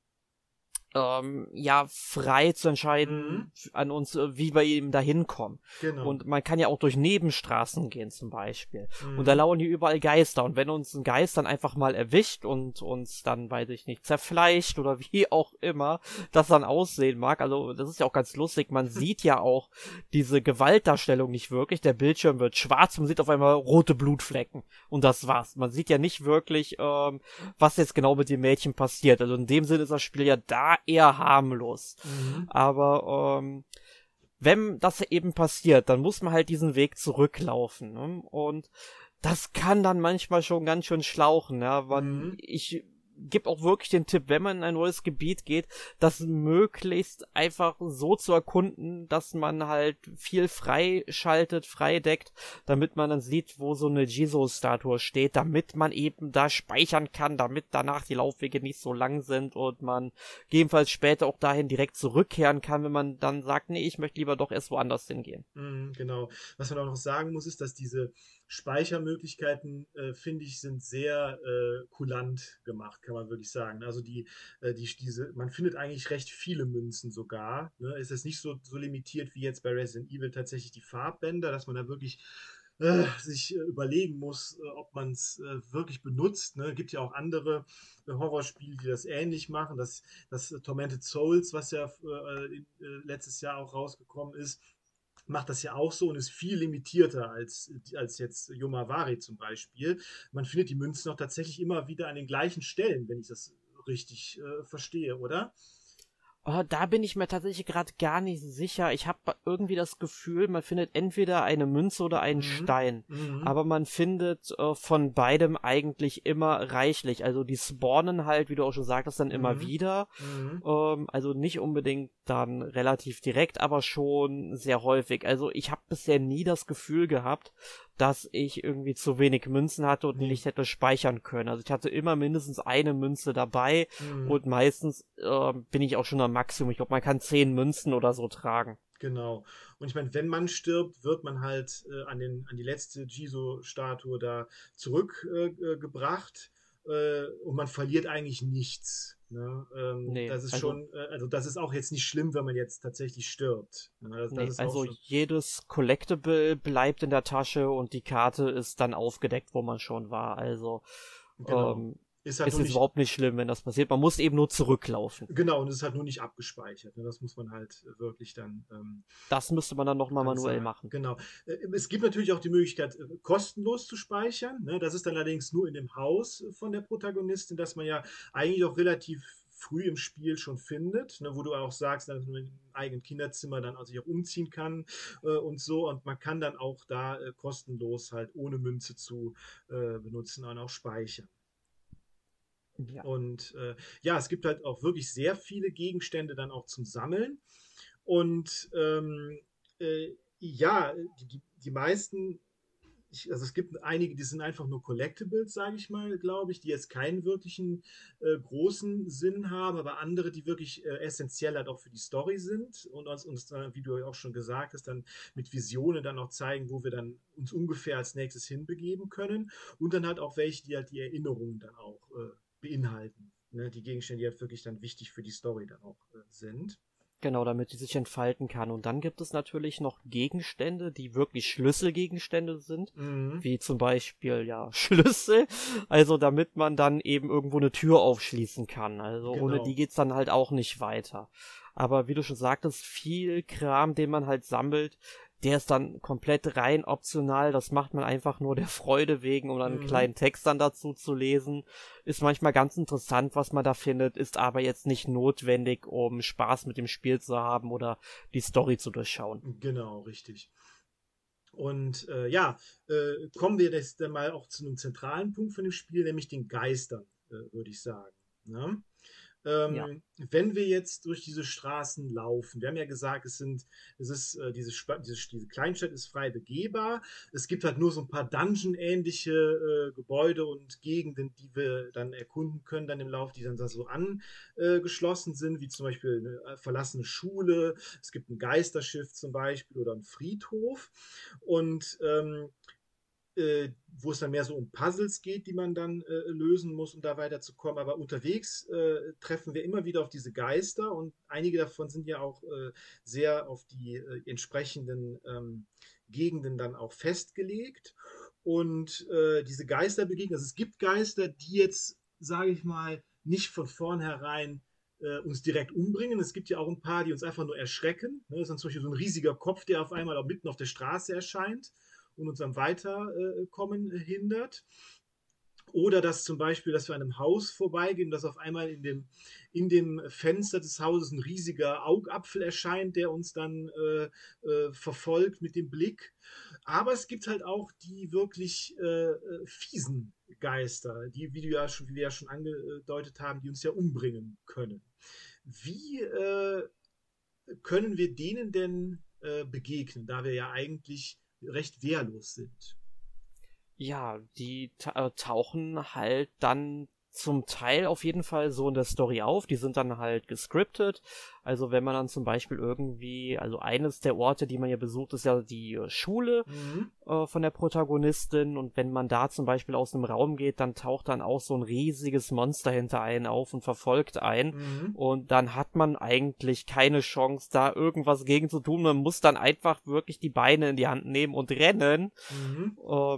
ja, frei zu mh, entscheiden an uns, wie wir eben da hinkommen. genau. Und man kann ja auch durch Nebenstraßen gehen zum Beispiel. Und da Mh, lauern hier überall Geister. Und wenn uns ein Geist dann einfach mal erwischt und uns dann, weiß ich nicht, zerfleischt oder wie auch immer das dann aussehen mag, also das ist ja auch ganz lustig, man sieht ja auch diese Gewaltdarstellung nicht wirklich. Der Bildschirm wird schwarz, man sieht auf einmal rote Blutflecken. Und das war's. Man sieht ja nicht wirklich, was jetzt genau mit dem Mädchen passiert. Also in dem Sinne ist das Spiel ja da eher harmlos. mh, Aber wenn das eben passiert, dann muss man halt diesen Weg zurücklaufen. Ne? Und das kann dann manchmal schon ganz schön schlauchen. Ja? mh. Ich gebe auch wirklich den Tipp, wenn man in ein neues Gebiet geht, das möglichst einfach so zu erkunden, dass man halt viel freischaltet, freideckt, damit man dann sieht, wo so eine Jizo-Statue steht, damit man eben da speichern kann, damit danach die Laufwege nicht so lang sind und man gegebenenfalls später auch dahin direkt zurückkehren kann, wenn man dann sagt, nee, ich möchte lieber doch erst woanders hingehen. Genau. Was man auch noch sagen muss, ist, dass diese Speichermöglichkeiten, finde ich, sind sehr kulant gemacht, kann man wirklich sagen. Also man findet eigentlich recht viele Münzen sogar. Ne? Es ist nicht so limitiert wie jetzt bei Resident Evil tatsächlich die Farbbänder, dass man da wirklich sich überlegen muss, ob man es wirklich benutzt. Ne? Gibt ja auch andere Horrorspiele, die das ähnlich machen. Das Tormented Souls, was ja letztes Jahr auch rausgekommen ist, macht das ja auch so und ist viel limitierter als jetzt Yomavari zum Beispiel. Man findet die Münzen auch tatsächlich immer wieder an den gleichen Stellen, wenn ich das richtig verstehe, oder? Da bin ich mir tatsächlich gerade gar nicht sicher. Ich habe irgendwie das Gefühl, man findet entweder eine Münze oder einen Mhm. Stein. Mhm. Aber man findet von beidem eigentlich immer reichlich. Also die spawnen halt, wie du auch schon sagtest, dann immer Mhm. wieder. Mhm. Also nicht unbedingt dann relativ direkt, aber schon sehr häufig. Also ich habe bisher nie das Gefühl gehabt, dass ich irgendwie zu wenig Münzen hatte und die Nee. nicht hätte speichern können. Also ich hatte immer mindestens eine Münze dabei Mhm. und meistens bin ich auch schon am Maximum. Ich glaube, man kann 10 Münzen oder so tragen. Genau. Und ich meine, wenn man stirbt, wird man halt an die letzte Jiso-Statue da zurückgebracht und man verliert eigentlich nichts. Ne? Nee, Das ist also schon, also das ist auch jetzt nicht schlimm, wenn man jetzt tatsächlich stirbt. Ne? Das nee, ist auch also schon, jedes Collectible bleibt in der Tasche und die Karte ist dann aufgedeckt, wo man schon war. Also genau. ähm, Ist halt ist nur es nicht, überhaupt nicht schlimm, wenn das passiert. Man muss eben nur zurücklaufen. genau, und es ist halt nur nicht abgespeichert. Ne? Das muss man halt wirklich dann Das müsste man dann nochmal dann manuell sagen. machen. Genau. Es gibt natürlich auch die Möglichkeit, kostenlos zu speichern. Ne? Das ist dann allerdings nur in dem Haus von der Protagonistin, das man ja eigentlich auch relativ früh im Spiel schon findet, ne? Wo du auch sagst, dass man im eigenen Kinderzimmer dann also sich auch umziehen kann und so. Und man kann dann auch da kostenlos halt ohne Münze zu benutzen und auch speichern. Ja. Und ja, es gibt halt auch wirklich sehr viele Gegenstände dann auch zum Sammeln. Und äh, ja, die meisten, also es gibt einige, die sind einfach nur Collectibles, sage ich mal, glaube ich, die jetzt keinen wirklichen großen Sinn haben, aber andere, die wirklich essentiell halt auch für die Story sind und uns dann, wie du auch schon gesagt hast, dann mit Visionen dann auch zeigen, wo wir dann uns ungefähr als nächstes hinbegeben können. Und dann halt auch welche, die halt die Erinnerungen dann auch beinhalten. Ne? Die Gegenstände, die halt wirklich dann wichtig für die Story dann auch sind. Genau, damit die sich entfalten kann. Und dann gibt es natürlich noch Gegenstände, die wirklich Schlüsselgegenstände sind, Mhm. wie zum Beispiel, ja, Schlüssel, also damit man dann eben irgendwo eine Tür aufschließen kann. Also ohne die Genau. geht's dann halt auch nicht weiter. Aber wie du schon sagtest, viel Kram, den man halt sammelt, der ist dann komplett rein optional. Das macht man einfach nur der Freude wegen, um dann einen Mhm. kleinen Text dann dazu zu lesen. Ist manchmal ganz interessant, was man da findet, ist aber jetzt nicht notwendig, um Spaß mit dem Spiel zu haben oder die Story zu durchschauen. Genau, richtig. Und ja, kommen wir jetzt dann mal auch zu einem zentralen Punkt von dem Spiel, nämlich den Geistern, würde ich sagen. Ne? Ja. Wenn wir jetzt durch diese Straßen laufen, wir haben ja gesagt, diese Kleinstadt ist frei begehbar. Es gibt halt nur so ein paar Dungeon-ähnliche Gebäude und Gegenden, die wir dann erkunden können, dann im Lauf, die dann da so angeschlossen sind, wie zum Beispiel eine verlassene Schule. Es gibt ein Geisterschiff zum Beispiel oder einen Friedhof. Und wo es dann mehr so um Puzzles geht, die man dann lösen muss, um da weiterzukommen. Aber unterwegs treffen wir immer wieder auf diese Geister und einige davon sind ja auch sehr auf die entsprechenden Gegenden dann auch festgelegt. Und diese Geisterbegegnen, also es gibt Geister, die jetzt, sage ich mal, nicht von vornherein uns direkt umbringen. Es gibt ja auch ein paar, die uns einfach nur erschrecken. Ne? Das ist dann zum Beispiel so ein riesiger Kopf, der auf einmal auch mitten auf der Straße erscheint und uns am Weiterkommen hindert. Oder dass zum Beispiel, dass wir an einem Haus vorbeigehen, dass auf einmal in dem Fenster des Hauses ein riesiger Augapfel erscheint, der uns dann verfolgt mit dem Blick. Aber es gibt halt auch die wirklich fiesen Geister, wie wir ja schon angedeutet haben, die uns ja umbringen können. Wie können wir denen denn begegnen, da wir ja eigentlich recht wehrlos sind? Ja, die tauchen halt dann zum Teil auf jeden Fall so in der Story auf. Die sind dann halt gescriptet. Also wenn man dann zum Beispiel irgendwie, also eines der Orte, die man ja besucht, ist ja die Schule Mhm. von der Protagonistin. Und wenn man da zum Beispiel aus einem Raum geht, dann taucht dann auch so ein riesiges Monster hinter einen auf und verfolgt einen. Mhm. Und dann hat man eigentlich keine Chance, da irgendwas gegen zu tun. Man muss dann einfach wirklich die Beine in die Hand nehmen und rennen. Mhm. Ähm,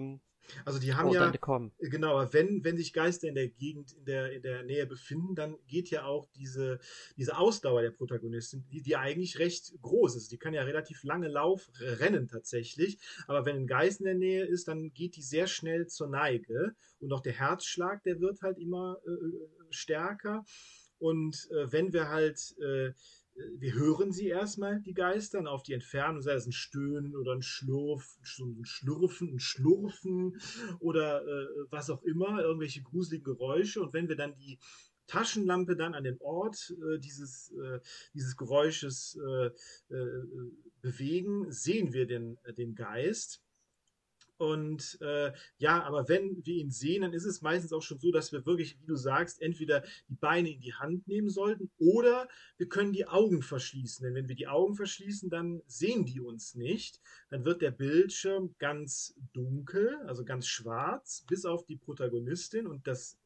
Also die haben genau, wenn sich Geister in der Gegend, in der Nähe befinden, dann geht ja auch diese Ausdauer der Protagonistin, die eigentlich recht groß ist. Die kann ja relativ lange rennen tatsächlich, aber wenn ein Geist in der Nähe ist, dann geht die sehr schnell zur Neige und auch der Herzschlag, der wird halt immer stärker. Und wenn wir halt wir hören sie erstmal, die Geister, und auf die Entfernung, sei es ein Stöhnen oder ein Schlurf, ein Schlürfen, ein Schlurfen oder was auch immer, irgendwelche gruseligen Geräusche. Und wenn wir dann die Taschenlampe dann an den Ort dieses Geräusches bewegen, sehen wir den Geist. Und ja, aber wenn wir ihn sehen, dann ist es meistens auch schon so, dass wir wirklich, wie du sagst, entweder die Beine in die Hand nehmen sollten oder wir können die Augen verschließen. Denn wenn wir die Augen verschließen, dann sehen die uns nicht. Dann wird der Bildschirm ganz dunkel, also ganz schwarz, bis auf die Protagonistin und das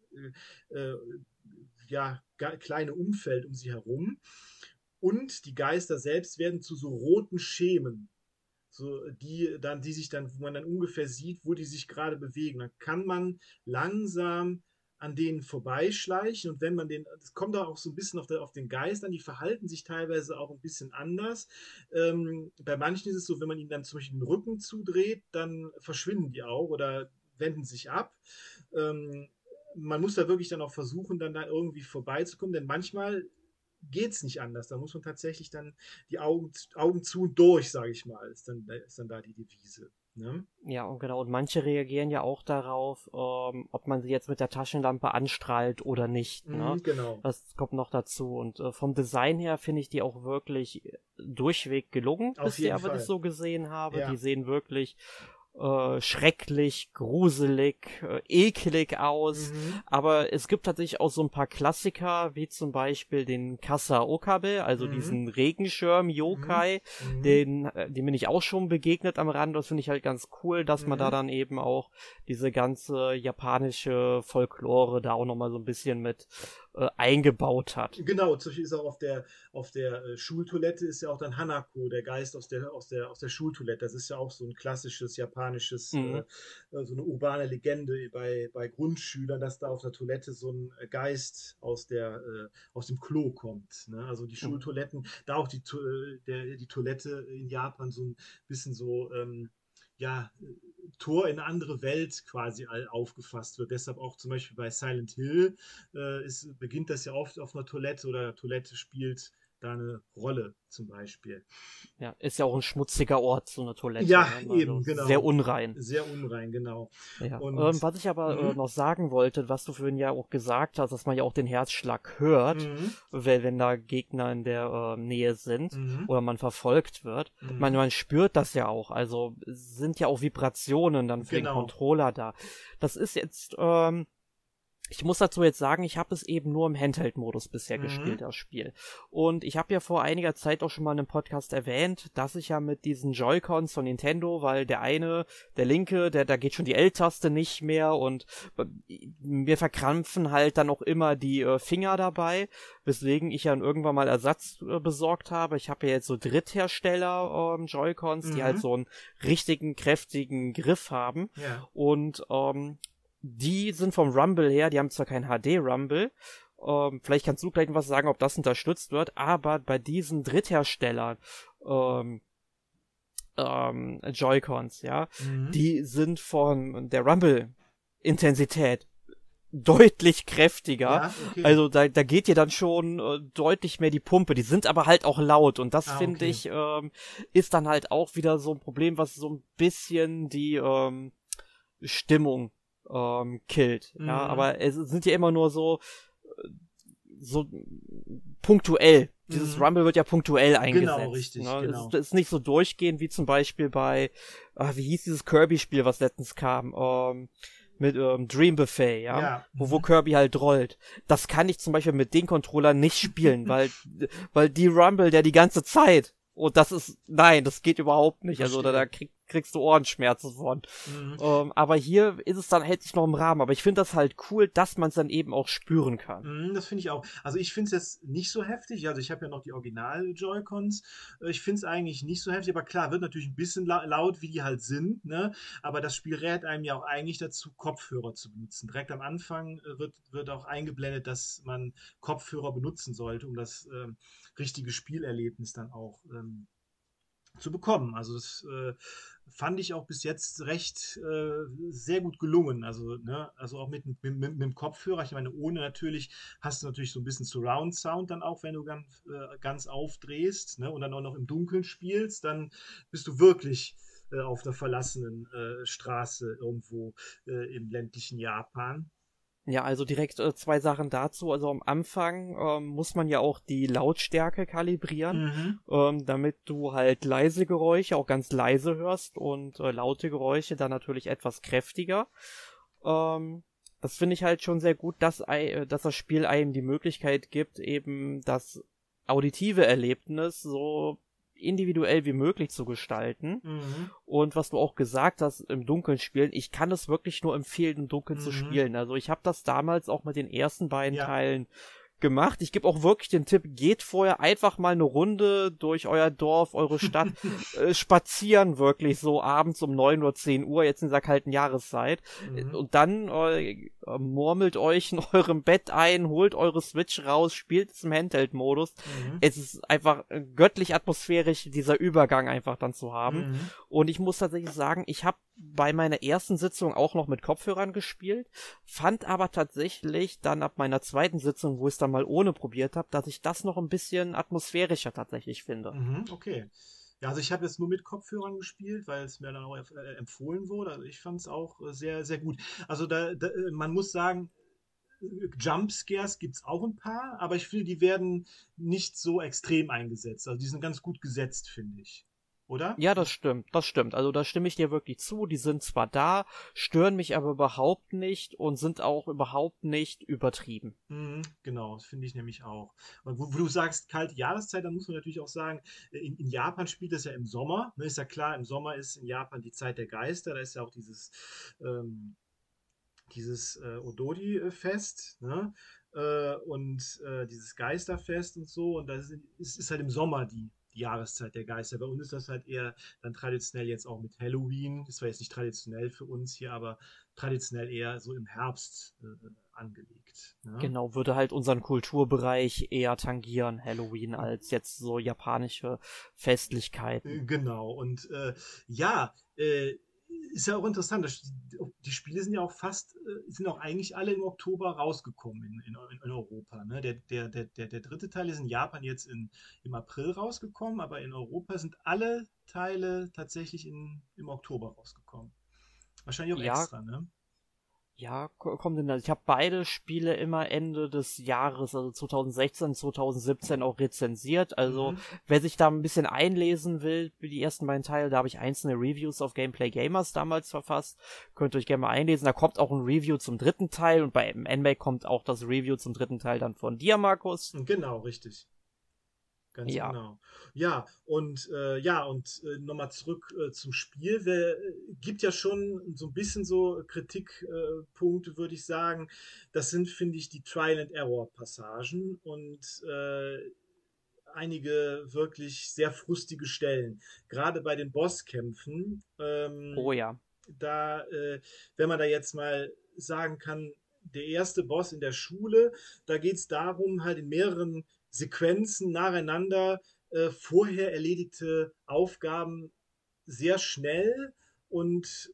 ja, kleine Umfeld um sie herum. Und die Geister selbst werden zu so roten Schemen, so wo man dann ungefähr sieht, wo die sich gerade bewegen. Dann kann man langsam an denen vorbeischleichen und wenn man das kommt auch so ein bisschen auf den Geist an, die verhalten sich teilweise auch ein bisschen anders. Bei manchen ist es so, wenn man ihnen dann zum Beispiel den Rücken zudreht, dann verschwinden die auch oder wenden sich ab. Man muss da wirklich dann auch versuchen, dann da irgendwie vorbeizukommen, denn manchmal geht es nicht anders. Da muss man tatsächlich dann die Augen zu und durch, sage ich mal, ist dann da die Devise. Ne? Ja, und genau. Und manche reagieren ja auch darauf, ob man sie jetzt mit der Taschenlampe anstrahlt oder nicht. Ne? Genau. Das kommt noch dazu. Und vom Design her finde ich die auch wirklich durchweg gelungen, bisher, was ich so gesehen habe. Ja. Die sehen wirklich schrecklich, gruselig, eklig aus. Aber es gibt tatsächlich auch so ein paar Klassiker, wie zum Beispiel den Kasa Okabe, also diesen Regenschirm-Yokai, dem bin ich auch schon begegnet am Rand. Das finde ich halt ganz cool, dass man da dann eben auch diese ganze japanische Folklore da auch nochmal so ein bisschen mit eingebaut hat. Genau, zum Beispiel ist auch auf der Schultoilette ist ja auch dann Hanako, der Geist aus der Schultoilette. Das ist ja auch so ein klassisches japanisches, so eine urbane Legende bei Grundschülern, dass da auf der Toilette so ein Geist aus dem Klo kommt. Ne? Also die Schultoiletten, da auch die Toilette in Japan so ein bisschen so Tor in eine andere Welt quasi aufgefasst wird. Deshalb auch zum Beispiel bei Silent Hill beginnt das ja oft auf einer Toilette oder Toilette spielt da eine Rolle zum Beispiel. Ja, ist ja auch ein schmutziger Ort, so eine Toilette. Ja, ne? Eben, genau. Sehr unrein. Sehr unrein, genau. Ja. Und, was ich aber noch sagen wollte, was du vorhin ja auch gesagt hast, dass man ja auch den Herzschlag hört, wenn da Gegner in der Nähe sind oder man verfolgt wird. Man spürt das ja auch. Also sind ja auch Vibrationen dann für den Controller da. Das ist jetzt ich muss dazu jetzt sagen, ich habe es eben nur im Handheld-Modus bisher gespielt, das Spiel. Und ich habe ja vor einiger Zeit auch schon mal in einem Podcast erwähnt, dass ich ja mit diesen Joy-Cons von Nintendo, weil der linke, da geht schon die L-Taste nicht mehr und mir verkrampfen halt dann auch immer die Finger dabei, weswegen ich ja irgendwann mal Ersatz besorgt habe. Ich habe ja jetzt so Dritthersteller Joy-Cons, die halt so einen richtigen, kräftigen Griff haben. Ja. Und die sind vom Rumble her, die haben zwar kein HD-Rumble, vielleicht kannst du gleich was sagen, ob das unterstützt wird, aber bei diesen Drittherstellern Joy-Cons, ja, die sind von der Rumble-Intensität deutlich kräftiger. Ja, okay. Also da geht dir dann schon deutlich mehr die Pumpe. Die sind aber halt auch laut und das finde ich ist dann halt auch wieder so ein Problem, was so ein bisschen die Stimmung killt. Ja, aber es sind ja immer nur so punktuell. Dieses Rumble wird ja punktuell eingesetzt. Genau, richtig. Ne? Genau. Es ist nicht so durchgehend wie zum Beispiel bei, wie hieß dieses Kirby-Spiel, was letztens kam, mit Dream Buffet, ja, wo Kirby halt rollt. Das kann ich zum Beispiel mit den Controllern nicht spielen, weil die Rumble der die ganze Zeit. Und das geht überhaupt nicht. Also da kriegst du Ohrenschmerzen von. Aber hier ist es dann, hält sich noch im Rahmen. Aber ich finde das halt cool, dass man es dann eben auch spüren kann. Das finde ich auch. Also ich finde es jetzt nicht so heftig. Also ich habe ja noch die Original-Joy-Cons. Ich finde es eigentlich nicht so heftig. Aber klar, wird natürlich ein bisschen laut, wie die halt sind. Ne? Aber das Spiel rät einem ja auch eigentlich dazu, Kopfhörer zu benutzen. Direkt am Anfang wird auch eingeblendet, dass man Kopfhörer benutzen sollte, um das richtige Spielerlebnis dann auch zu bekommen. Also das fand ich auch bis jetzt recht sehr gut gelungen. Also, ne, also auch mit dem Kopfhörer. Ich meine, ohne natürlich hast du natürlich so ein bisschen Surround Sound dann auch, wenn du ganz aufdrehst, ne, und dann auch noch im Dunkeln spielst, dann bist du wirklich auf der verlassenen Straße irgendwo im ländlichen Japan. Ja, also direkt 2 Sachen dazu. Also am Anfang muss man ja auch die Lautstärke kalibrieren, Mhm. damit du halt leise Geräusche auch ganz leise hörst und laute Geräusche dann natürlich etwas kräftiger. Das finde ich halt schon sehr gut, dass das Spiel einem die Möglichkeit gibt, eben das auditive Erlebnis so individuell wie möglich zu gestalten. Mhm. Und was du auch gesagt hast, im Dunkeln spielen, ich kann es wirklich nur empfehlen, im Dunkeln zu Mhm. spielen. Also ich habe das damals auch mit den ersten beiden Ja. Teilen gemacht. Ich gebe auch wirklich den Tipp, geht vorher einfach mal eine Runde durch euer Dorf, eure Stadt, spazieren wirklich so abends um 9 oder 10 Uhr, jetzt in dieser kalten Jahreszeit. Mhm. Und dann murmelt euch in eurem Bett ein, holt eure Switch raus, spielt es im Handheld-Modus. Mhm. Es ist einfach göttlich atmosphärisch, dieser Übergang einfach dann zu haben. Mhm. Und ich muss tatsächlich sagen, ich habe bei meiner ersten Sitzung auch noch mit Kopfhörern gespielt, fand aber tatsächlich dann ab meiner zweiten Sitzung, wo ich es dann mal ohne probiert habe, dass ich das noch ein bisschen atmosphärischer tatsächlich finde. Mhm. Okay. Ja, also ich habe jetzt nur mit Kopfhörern gespielt, weil es mir dann auch empfohlen wurde. Also ich fand es auch sehr, sehr gut. Also man muss sagen, Jumpscares gibt es auch ein paar, aber ich finde, die werden nicht so extrem eingesetzt. Also die sind ganz gut gesetzt, finde ich. Oder? Ja, das stimmt, das stimmt. Also da stimme ich dir wirklich zu. Die sind zwar da, stören mich aber überhaupt nicht und sind auch überhaupt nicht übertrieben. Genau, das finde ich nämlich auch. Und wo du sagst, kalte Jahreszeit, dann muss man natürlich auch sagen, in Japan spielt das ja im Sommer. Ne, ist ja klar, im Sommer ist in Japan die Zeit der Geister. Da ist ja auch dieses Odori-Fest, ne? Dieses Geisterfest und so. Und ist halt im Sommer die Jahreszeit der Geister. Bei uns ist das halt eher dann traditionell jetzt auch mit Halloween. Das war jetzt nicht traditionell für uns hier, aber traditionell eher so im Herbst angelegt. Ne? Genau, würde halt unseren Kulturbereich eher tangieren, Halloween, als jetzt so japanische Festlichkeiten. Genau. Und ja, ist ja auch interessant. Die Spiele sind ja auch sind auch eigentlich alle im Oktober rausgekommen in Europa. Ne? Der dritte Teil ist in Japan jetzt im April rausgekommen, aber in Europa sind alle Teile tatsächlich im Oktober rausgekommen. Wahrscheinlich auch Ja, extra, ne? ja, kommt denn das? Ich habe beide Spiele immer Ende des Jahres, also 2016, 2017 auch rezensiert. Also Mhm. wer sich da ein bisschen einlesen will für die ersten beiden Teile, da habe ich einzelne Reviews auf Gameplay Gamers damals verfasst. Könnt ihr euch gerne mal einlesen. Da kommt auch ein Review zum dritten Teil und bei NMAC kommt auch das Review zum dritten Teil dann von dir, Markus. Genau, richtig. Ganz Ja. genau. Ja, und nochmal zurück zum Spiel. Gibt ja schon so ein bisschen so Kritikpunkte, würde ich sagen. Das sind, finde ich, die Trial-and-Error-Passagen und einige wirklich sehr frustige Stellen. Gerade bei den Bosskämpfen, Oh ja. wenn man da jetzt mal sagen kann, der erste Boss in der Schule, da geht es darum, halt in mehreren Sequenzen nacheinander vorher erledigte Aufgaben sehr schnell und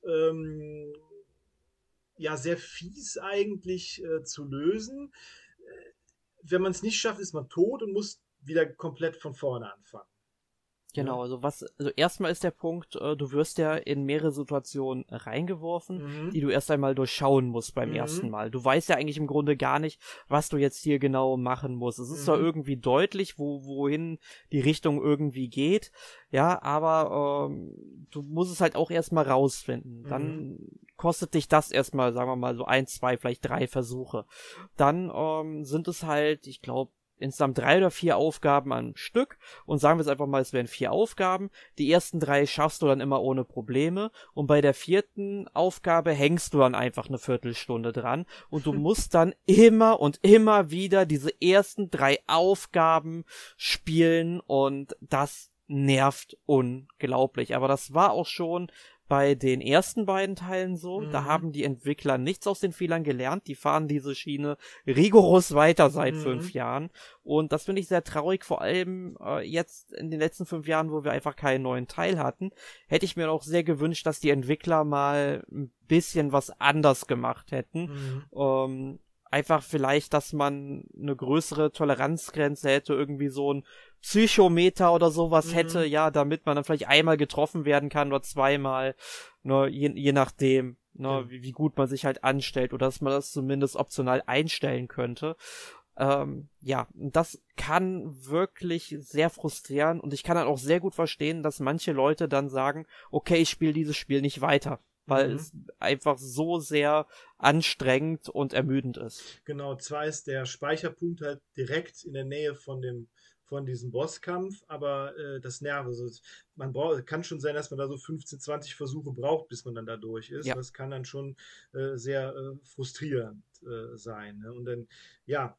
ja, sehr fies eigentlich zu lösen. Wenn man es nicht schafft, ist man tot und muss wieder komplett von vorne anfangen. Ne? Genau, also erstmal ist der Punkt, du wirst ja in mehrere Situationen reingeworfen, Mhm. die du erst einmal durchschauen musst beim ersten Mhm. Mal. Du weißt ja eigentlich im Grunde gar nicht, was du jetzt hier genau machen musst. Es ist zwar Mhm. irgendwie deutlich, wohin die Richtung irgendwie geht, ja, aber du musst es halt auch erstmal rausfinden. Mhm. Dann kostet dich das erstmal, sagen wir mal, so 1, 2, vielleicht 3 Versuche. Dann sind es halt, ich glaube, insgesamt 3 oder 4 Aufgaben am Stück und sagen wir es einfach mal, es wären 4 Aufgaben. Die ersten 3 schaffst du dann immer ohne Probleme und bei der 4. Aufgabe hängst du dann einfach eine Viertelstunde dran und du musst dann immer und immer wieder diese ersten 3 Aufgaben spielen und das nervt unglaublich. Aber das war auch schon bei den ersten beiden Teilen so. Da haben die Entwickler nichts aus den Fehlern gelernt. Die fahren diese Schiene rigoros weiter seit 5 Jahren. Und das finde ich sehr traurig, vor allem jetzt in den letzten 5 Jahren, wo wir einfach keinen neuen Teil hatten, hätte ich mir auch sehr gewünscht, dass die Entwickler mal ein bisschen was anders gemacht hätten. Einfach vielleicht, dass man eine größere Toleranzgrenze hätte, irgendwie so ein Psychometer oder sowas hätte, ja, damit man dann vielleicht einmal getroffen werden kann oder zweimal, ne, je nachdem, ne, wie gut man sich halt anstellt oder dass man das zumindest optional einstellen könnte. Ja, das kann wirklich sehr frustrieren und ich kann dann auch sehr gut verstehen, dass manche Leute dann sagen, okay, ich spiele dieses Spiel nicht weiter, weil es einfach so sehr anstrengend und ermüdend ist. Genau, zwar ist der Speicherpunkt halt direkt in der Nähe von diesem Bosskampf, aber das nervt. Also kann schon sein, dass man da so 15, 20 Versuche braucht, bis man dann da durch ist. Ja. Das kann dann schon sehr frustrierend sein. Ne? Und dann, ja,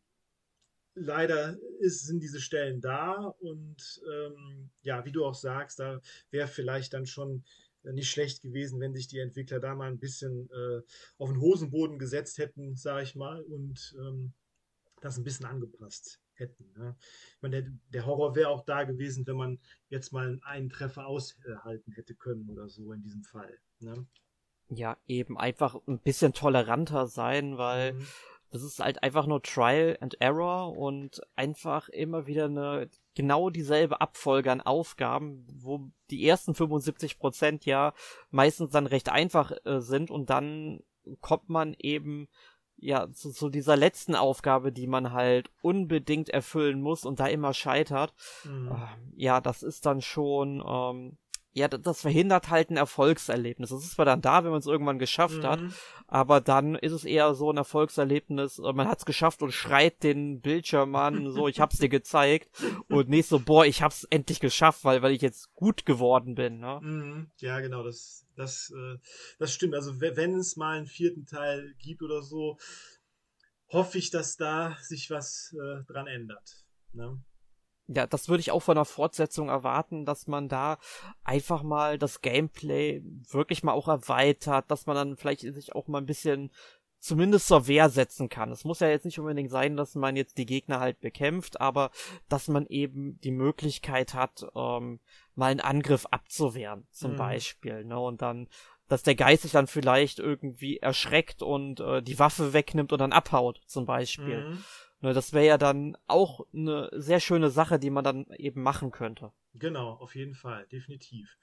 leider sind diese Stellen da und ja, wie du auch sagst, da wäre vielleicht dann schon nicht schlecht gewesen, wenn sich die Entwickler da mal ein bisschen auf den Hosenboden gesetzt hätten, sage ich mal, und das ein bisschen angepasst hätten. Ne? Ich meine, der Horror wäre auch da gewesen, wenn man jetzt mal einen Treffer aushalten hätte können oder so in diesem Fall. Ne? Ja, eben einfach ein bisschen toleranter sein, weil das ist halt einfach nur Trial and Error und einfach immer wieder genau dieselbe Abfolge an Aufgaben, wo die ersten 75% ja meistens dann recht einfach sind und dann kommt man eben ja zu dieser letzten Aufgabe, die man halt unbedingt erfüllen muss und da immer scheitert. Ja, das ist dann schon ja, das verhindert halt ein Erfolgserlebnis. Das ist zwar dann da, wenn man es irgendwann geschafft hat, aber dann ist es eher so ein Erfolgserlebnis, man hat es geschafft und schreit den Bildschirm an, so, ich hab's dir gezeigt und nicht so, boah, ich hab's endlich geschafft, weil ich jetzt gut geworden bin, ne? Ja, genau, das stimmt. Also wenn es mal einen 4. Teil gibt oder so, hoffe ich, dass da sich was dran ändert. Ne? Ja, das würde ich auch von einer Fortsetzung erwarten, dass man da einfach mal das Gameplay wirklich mal auch erweitert, dass man dann vielleicht sich auch mal ein bisschen zumindest zur Wehr setzen kann. Es muss ja jetzt nicht unbedingt sein, dass man jetzt die Gegner halt bekämpft, aber dass man eben die Möglichkeit hat, mal einen Angriff abzuwehren, zum Beispiel, ne, und dann dass der Geist sich dann vielleicht irgendwie erschreckt und die Waffe wegnimmt und dann abhaut, zum Beispiel. Ne, das wäre ja dann auch eine sehr schöne Sache, die man dann eben machen könnte. Genau, auf jeden Fall, definitiv.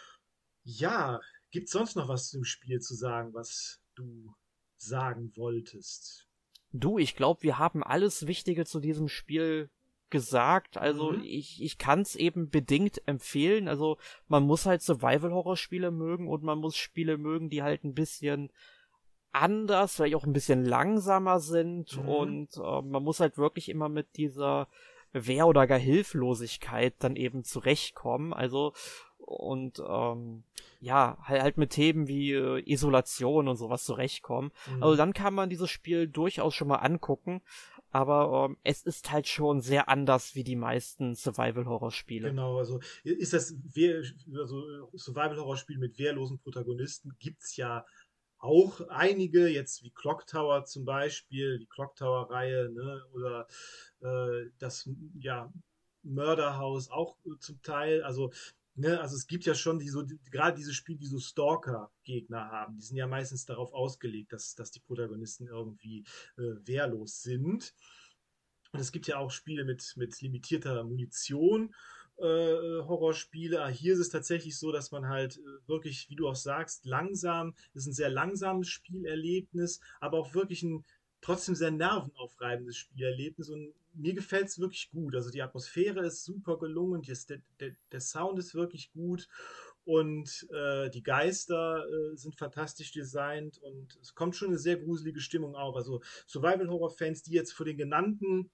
Ja, gibt es sonst noch was zum Spiel zu sagen, was du sagen wolltest? Du, ich glaube, wir haben alles Wichtige zu diesem Spiel gesagt. Also ich kann es eben bedingt empfehlen. Also man muss halt Survival-Horror-Spiele mögen und man muss Spiele mögen, die halt ein bisschen anders, vielleicht auch ein bisschen langsamer sind und man muss halt wirklich immer mit dieser Wehr- oder gar Hilflosigkeit dann eben zurechtkommen. Also und ja, halt mit Themen wie Isolation und sowas zurechtkommen. Also dann kann man dieses Spiel durchaus schon mal angucken, aber es ist halt schon sehr anders wie die meisten Survival-Horror-Spiele. Genau, also ist also Survival-Horror-Spiel mit wehrlosen Protagonisten gibt es ja auch einige, jetzt wie Clock Tower zum Beispiel, die Clock Tower-Reihe, ne, oder das ja, Mörderhaus auch zum Teil. Also, ne, also es gibt ja schon gerade diese Spiele, die so Stalker-Gegner haben, die sind ja meistens darauf ausgelegt, dass die Protagonisten irgendwie wehrlos sind. Und es gibt ja auch Spiele mit limitierter Munition, Horrorspiele. Hier ist es tatsächlich so, dass man halt wirklich, wie du auch sagst, ist ein sehr langsames Spielerlebnis, aber auch wirklich ein trotzdem sehr nervenaufreibendes Spielerlebnis. Und mir gefällt es wirklich gut. Also die Atmosphäre ist super gelungen, der Sound ist wirklich gut und die Geister sind fantastisch designt und es kommt schon eine sehr gruselige Stimmung auf. Also Survival-Horror-Fans, die jetzt vor den genannten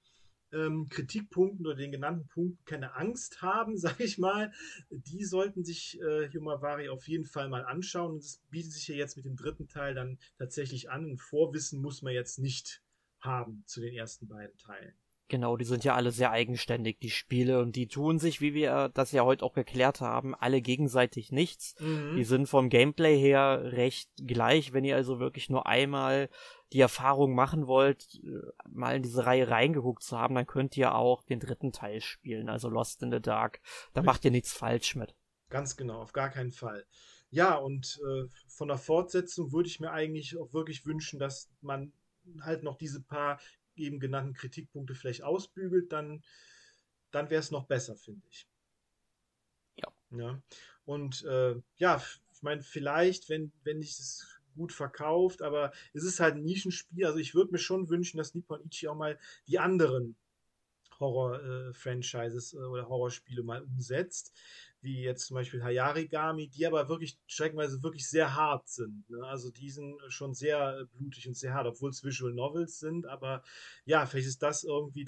Kritikpunkten oder den genannten Punkten keine Angst haben, sage ich mal. Die sollten sich Himawari auf jeden Fall mal anschauen. Und es bietet sich ja jetzt mit dem dritten Teil dann tatsächlich an. Ein Vorwissen muss man jetzt nicht haben zu den ersten beiden Teilen. Genau, die sind ja alle sehr eigenständig, die Spiele, und die tun sich, wie wir das ja heute auch geklärt haben, alle gegenseitig nichts. Die sind vom Gameplay her recht gleich. Wenn ihr also wirklich nur einmal die Erfahrung machen wollt, mal in diese Reihe reingeguckt zu haben, dann könnt ihr auch den dritten Teil spielen, also Lost in the Dark. Da macht ihr nichts falsch mit. Ganz genau, auf gar keinen Fall. Ja, und von der Fortsetzung würde ich mir eigentlich auch wirklich wünschen, dass man halt noch diese paar eben genannten Kritikpunkte vielleicht ausbügelt, dann wäre es noch besser, finde ich. Ja. Ja. Und ja, ich meine, vielleicht, wenn ich es gut verkauft, aber es ist halt ein Nischenspiel. Also ich würde mir schon wünschen, dass Nippon Ichi auch mal die anderen Horror-Franchises oder Horrorspiele mal umsetzt, wie jetzt zum Beispiel Hayarigami, die aber wirklich streckenweise wirklich sehr hart sind. Ne? Also die sind schon sehr blutig und sehr hart, obwohl es Visual Novels sind, aber ja, vielleicht ist das irgendwie,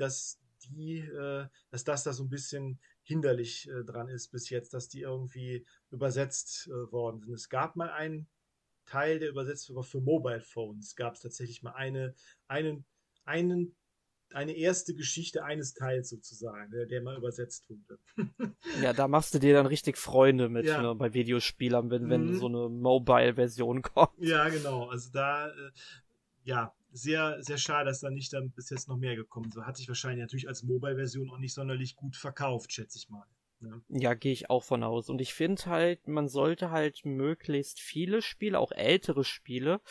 dass das da so ein bisschen hinderlich dran ist bis jetzt, dass die irgendwie übersetzt worden sind. Es gab mal einen Teil, der übersetzt war für Mobile Phones. Gab es tatsächlich mal einen, einen eine erste Geschichte eines Teils sozusagen, der mal übersetzt wurde. Ja, da machst du dir dann richtig Freunde mit, Ja. ne, bei Videospielern, wenn so eine Mobile-Version kommt. Ja, genau. Also da, ja, sehr, sehr schade, dass da nicht dann bis jetzt noch mehr gekommen ist. So hat sich wahrscheinlich natürlich als Mobile-Version auch nicht sonderlich gut verkauft, schätze ich mal. Ne? Ja, gehe ich auch von aus. Und ich finde halt, man sollte halt möglichst viele Spiele, auch ältere Spiele,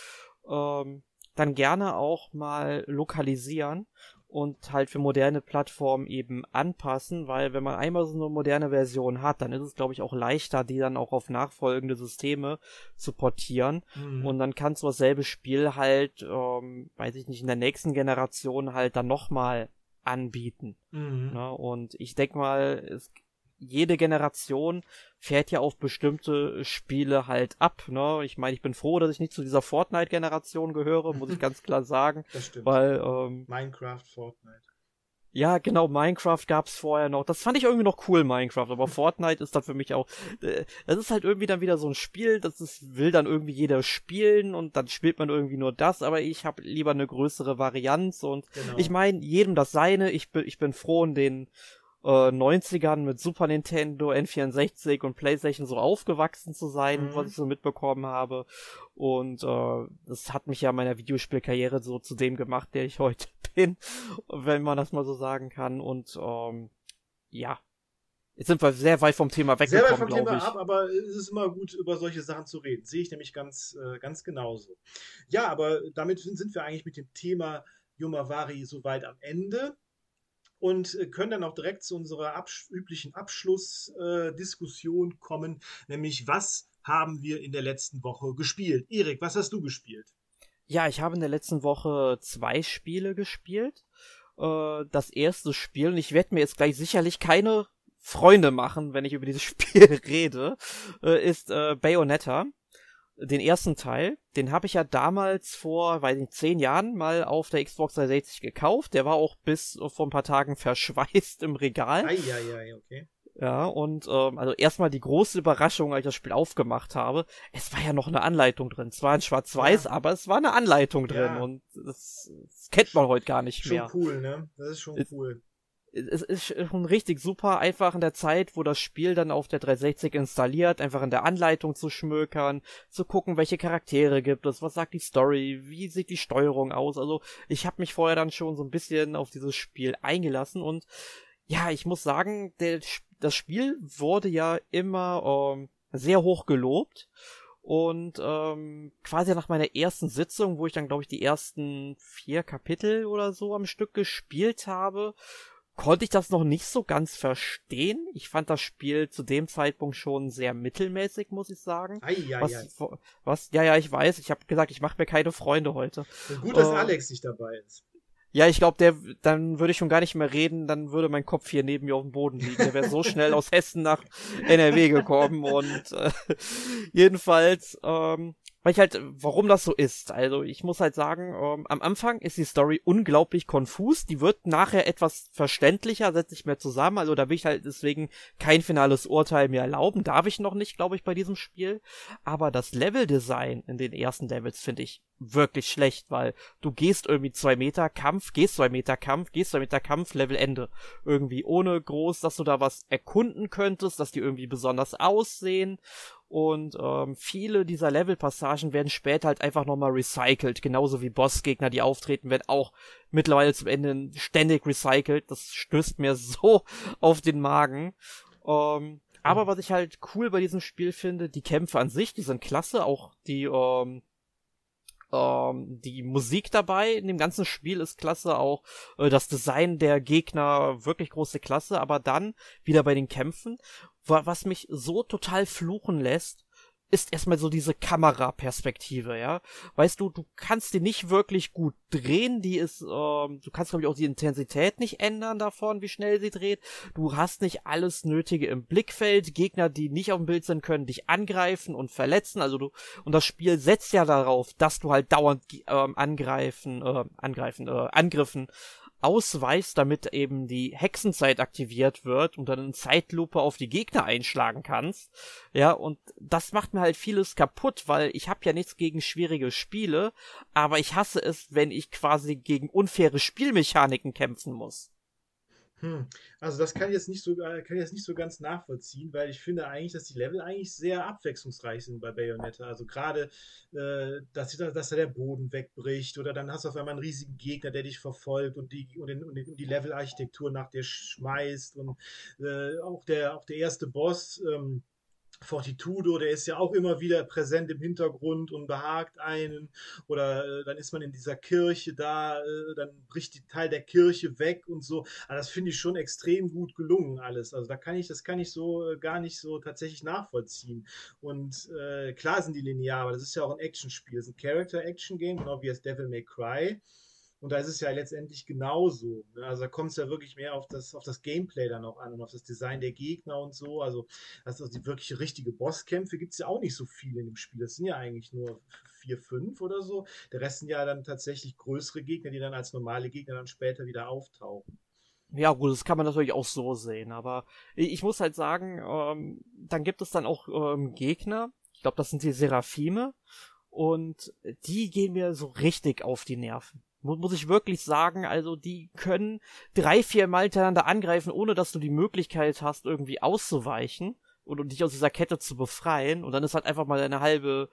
dann gerne auch mal lokalisieren und halt für moderne Plattformen eben anpassen, weil wenn man einmal so eine moderne Version hat, dann ist es, glaube ich, auch leichter, die dann auch auf nachfolgende Systeme zu portieren. Und dann kannst du dasselbe Spiel halt, weiß ich nicht, in der nächsten Generation halt dann nochmal anbieten. Ne? Und ich denke mal, jede Generation fährt ja auf bestimmte Spiele halt ab, ne? Ich meine, ich bin froh, dass ich nicht zu dieser Fortnite-Generation gehöre, muss ich ganz klar sagen. Das stimmt. Weil, Minecraft, Fortnite. Ja, genau, Minecraft gab's vorher noch. Das fand ich irgendwie noch cool, Minecraft, aber Fortnite ist dann für mich auch, das ist halt irgendwie dann wieder so ein Spiel, will dann irgendwie jeder spielen und dann spielt man irgendwie nur das, aber ich habe lieber eine größere Varianz und ich meine, jedem das seine. Ich bin froh, in den 90ern mit Super Nintendo, N64 und PlayStation so aufgewachsen zu sein, was ich so mitbekommen habe. Und das hat mich ja in meiner Videospielkarriere so zu dem gemacht, der ich heute bin, wenn man das mal so sagen kann. Und ja, jetzt sind wir sehr weit vom Thema weggekommen, glaube ich. Sehr weit vom Thema ab, aber es ist immer gut, über solche Sachen zu reden. Sehe ich nämlich ganz genauso. Ja, aber damit sind wir eigentlich mit dem Thema Himawari soweit am Ende. Und können dann auch direkt zu unserer üblichen Abschlussdiskussion kommen, nämlich was haben wir in der letzten Woche gespielt? Erik, was hast du gespielt? Ja, ich habe in der letzten Woche 2 Spiele gespielt. Das erste Spiel, und ich werde mir jetzt gleich sicherlich keine Freunde machen, wenn ich über dieses Spiel rede, ist Bayonetta. Den ersten Teil, den habe ich ja damals vor, weiß nicht, 10 Jahren mal auf der Xbox 360 gekauft. Der war auch bis vor ein paar Tagen verschweißt im Regal. Okay. Ja, und also erstmal die große Überraschung, als ich das Spiel aufgemacht habe, es war ja noch eine Anleitung drin. Zwar in Schwarz-Weiß, aber es war eine Anleitung drin und das kennt man heute gar nicht mehr. Schon cool, ne? Das ist schon cool. Es ist schon richtig super, einfach in der Zeit, wo das Spiel dann auf der 360 installiert, einfach in der Anleitung zu schmökern, zu gucken, welche Charaktere gibt es, was sagt die Story, wie sieht die Steuerung aus. Also ich habe mich vorher dann schon so ein bisschen auf dieses Spiel eingelassen und ja, ich muss sagen, das Spiel wurde ja immer sehr hoch gelobt. Und quasi nach meiner ersten Sitzung, wo ich dann, glaube ich, die ersten 4 Kapitel oder so am Stück gespielt habe, konnte ich das noch nicht so ganz verstehen. Ich fand das Spiel zu dem Zeitpunkt schon sehr mittelmäßig, muss ich sagen. Ja, ich weiß. Ich habe gesagt, ich mache mir keine Freunde heute. Gut, dass Alex nicht dabei ist. Ja, ich glaube, dann würde ich schon gar nicht mehr reden, dann würde mein Kopf hier neben mir auf dem Boden liegen. Der wäre so schnell aus Hessen nach NRW gekommen und jedenfalls, weil ich halt, warum das so ist. Also ich muss halt sagen, am Anfang ist die Story unglaublich konfus. Die wird nachher etwas verständlicher, setzt sich mehr zusammen. Also da will ich halt deswegen kein finales Urteil mehr erlauben. Darf ich noch nicht, glaube ich, bei diesem Spiel. Aber das Leveldesign in den ersten Levels finde ich wirklich schlecht, weil du gehst irgendwie 2 Meter Kampf, gehst 2 Meter Kampf, gehst 2 Meter Kampf, Level Ende. Irgendwie ohne groß, dass du da was erkunden könntest, dass die irgendwie besonders aussehen. Und viele dieser Levelpassagen werden später halt einfach nochmal recycelt. Genauso wie Bossgegner, die auftreten, werden auch mittlerweile zum Ende ständig recycelt. Das stößt mir so auf den Magen. Aber was ich halt cool bei diesem Spiel finde, die Kämpfe an sich, die sind klasse. Auch die Musik dabei in dem ganzen Spiel ist klasse, auch das Design der Gegner wirklich große Klasse, aber dann wieder bei den Kämpfen, was mich so total fluchen lässt, ist erstmal so diese Kameraperspektive, ja. Weißt du, du kannst die nicht wirklich gut drehen, du kannst, glaube ich, auch die Intensität nicht ändern davon, wie schnell sie dreht. Du hast nicht alles Nötige im Blickfeld. Gegner, die nicht auf dem Bild sind, können dich angreifen und verletzen. Und das Spiel setzt ja darauf, dass du halt dauernd Angriffen ausweichst, damit eben die Hexenzeit aktiviert wird und dann in Zeitlupe auf die Gegner einschlagen kannst. Ja, und das macht mir halt vieles kaputt, weil ich habe ja nichts gegen schwierige Spiele, aber ich hasse es, wenn ich quasi gegen unfaire Spielmechaniken kämpfen muss. Also das kann ich jetzt nicht so ganz nachvollziehen, weil ich finde eigentlich, dass die Level eigentlich sehr abwechslungsreich sind bei Bayonetta. Also gerade, dass da der Boden wegbricht oder dann hast du auf einmal einen riesigen Gegner, der dich verfolgt und die Levelarchitektur nach dir schmeißt und auch der erste Boss, Fortitudo, der ist ja auch immer wieder präsent im Hintergrund und behagt einen. Oder dann ist man in dieser Kirche da, dann bricht die Teil der Kirche weg und so. Aber das finde ich schon extrem gut gelungen alles. Also das kann ich so gar nicht so tatsächlich nachvollziehen. Und klar sind die linear, aber das ist ja auch ein Actionspiel. Das ist ein Character-Action-Game, genau wie das Devil May Cry. Und da ist es ja letztendlich genauso. Ne? Also da kommt es ja wirklich mehr auf das Gameplay dann auch an und auf das Design der Gegner und so. Also die wirklich richtige Bosskämpfe gibt es ja auch nicht so viele in dem Spiel. Das sind ja eigentlich nur 4, 5 oder so. Der Rest sind ja dann tatsächlich größere Gegner, die dann als normale Gegner dann später wieder auftauchen. Ja, gut, das kann man natürlich auch so sehen, aber ich muss halt sagen, dann gibt es dann auch Gegner, ich glaube, das sind die Seraphime, und die gehen mir so richtig auf die Nerven. Muss ich wirklich sagen, also die können 3, 4 Mal hintereinander angreifen, ohne dass du die Möglichkeit hast, irgendwie auszuweichen und dich aus dieser Kette zu befreien, und dann ist halt einfach mal deine halbe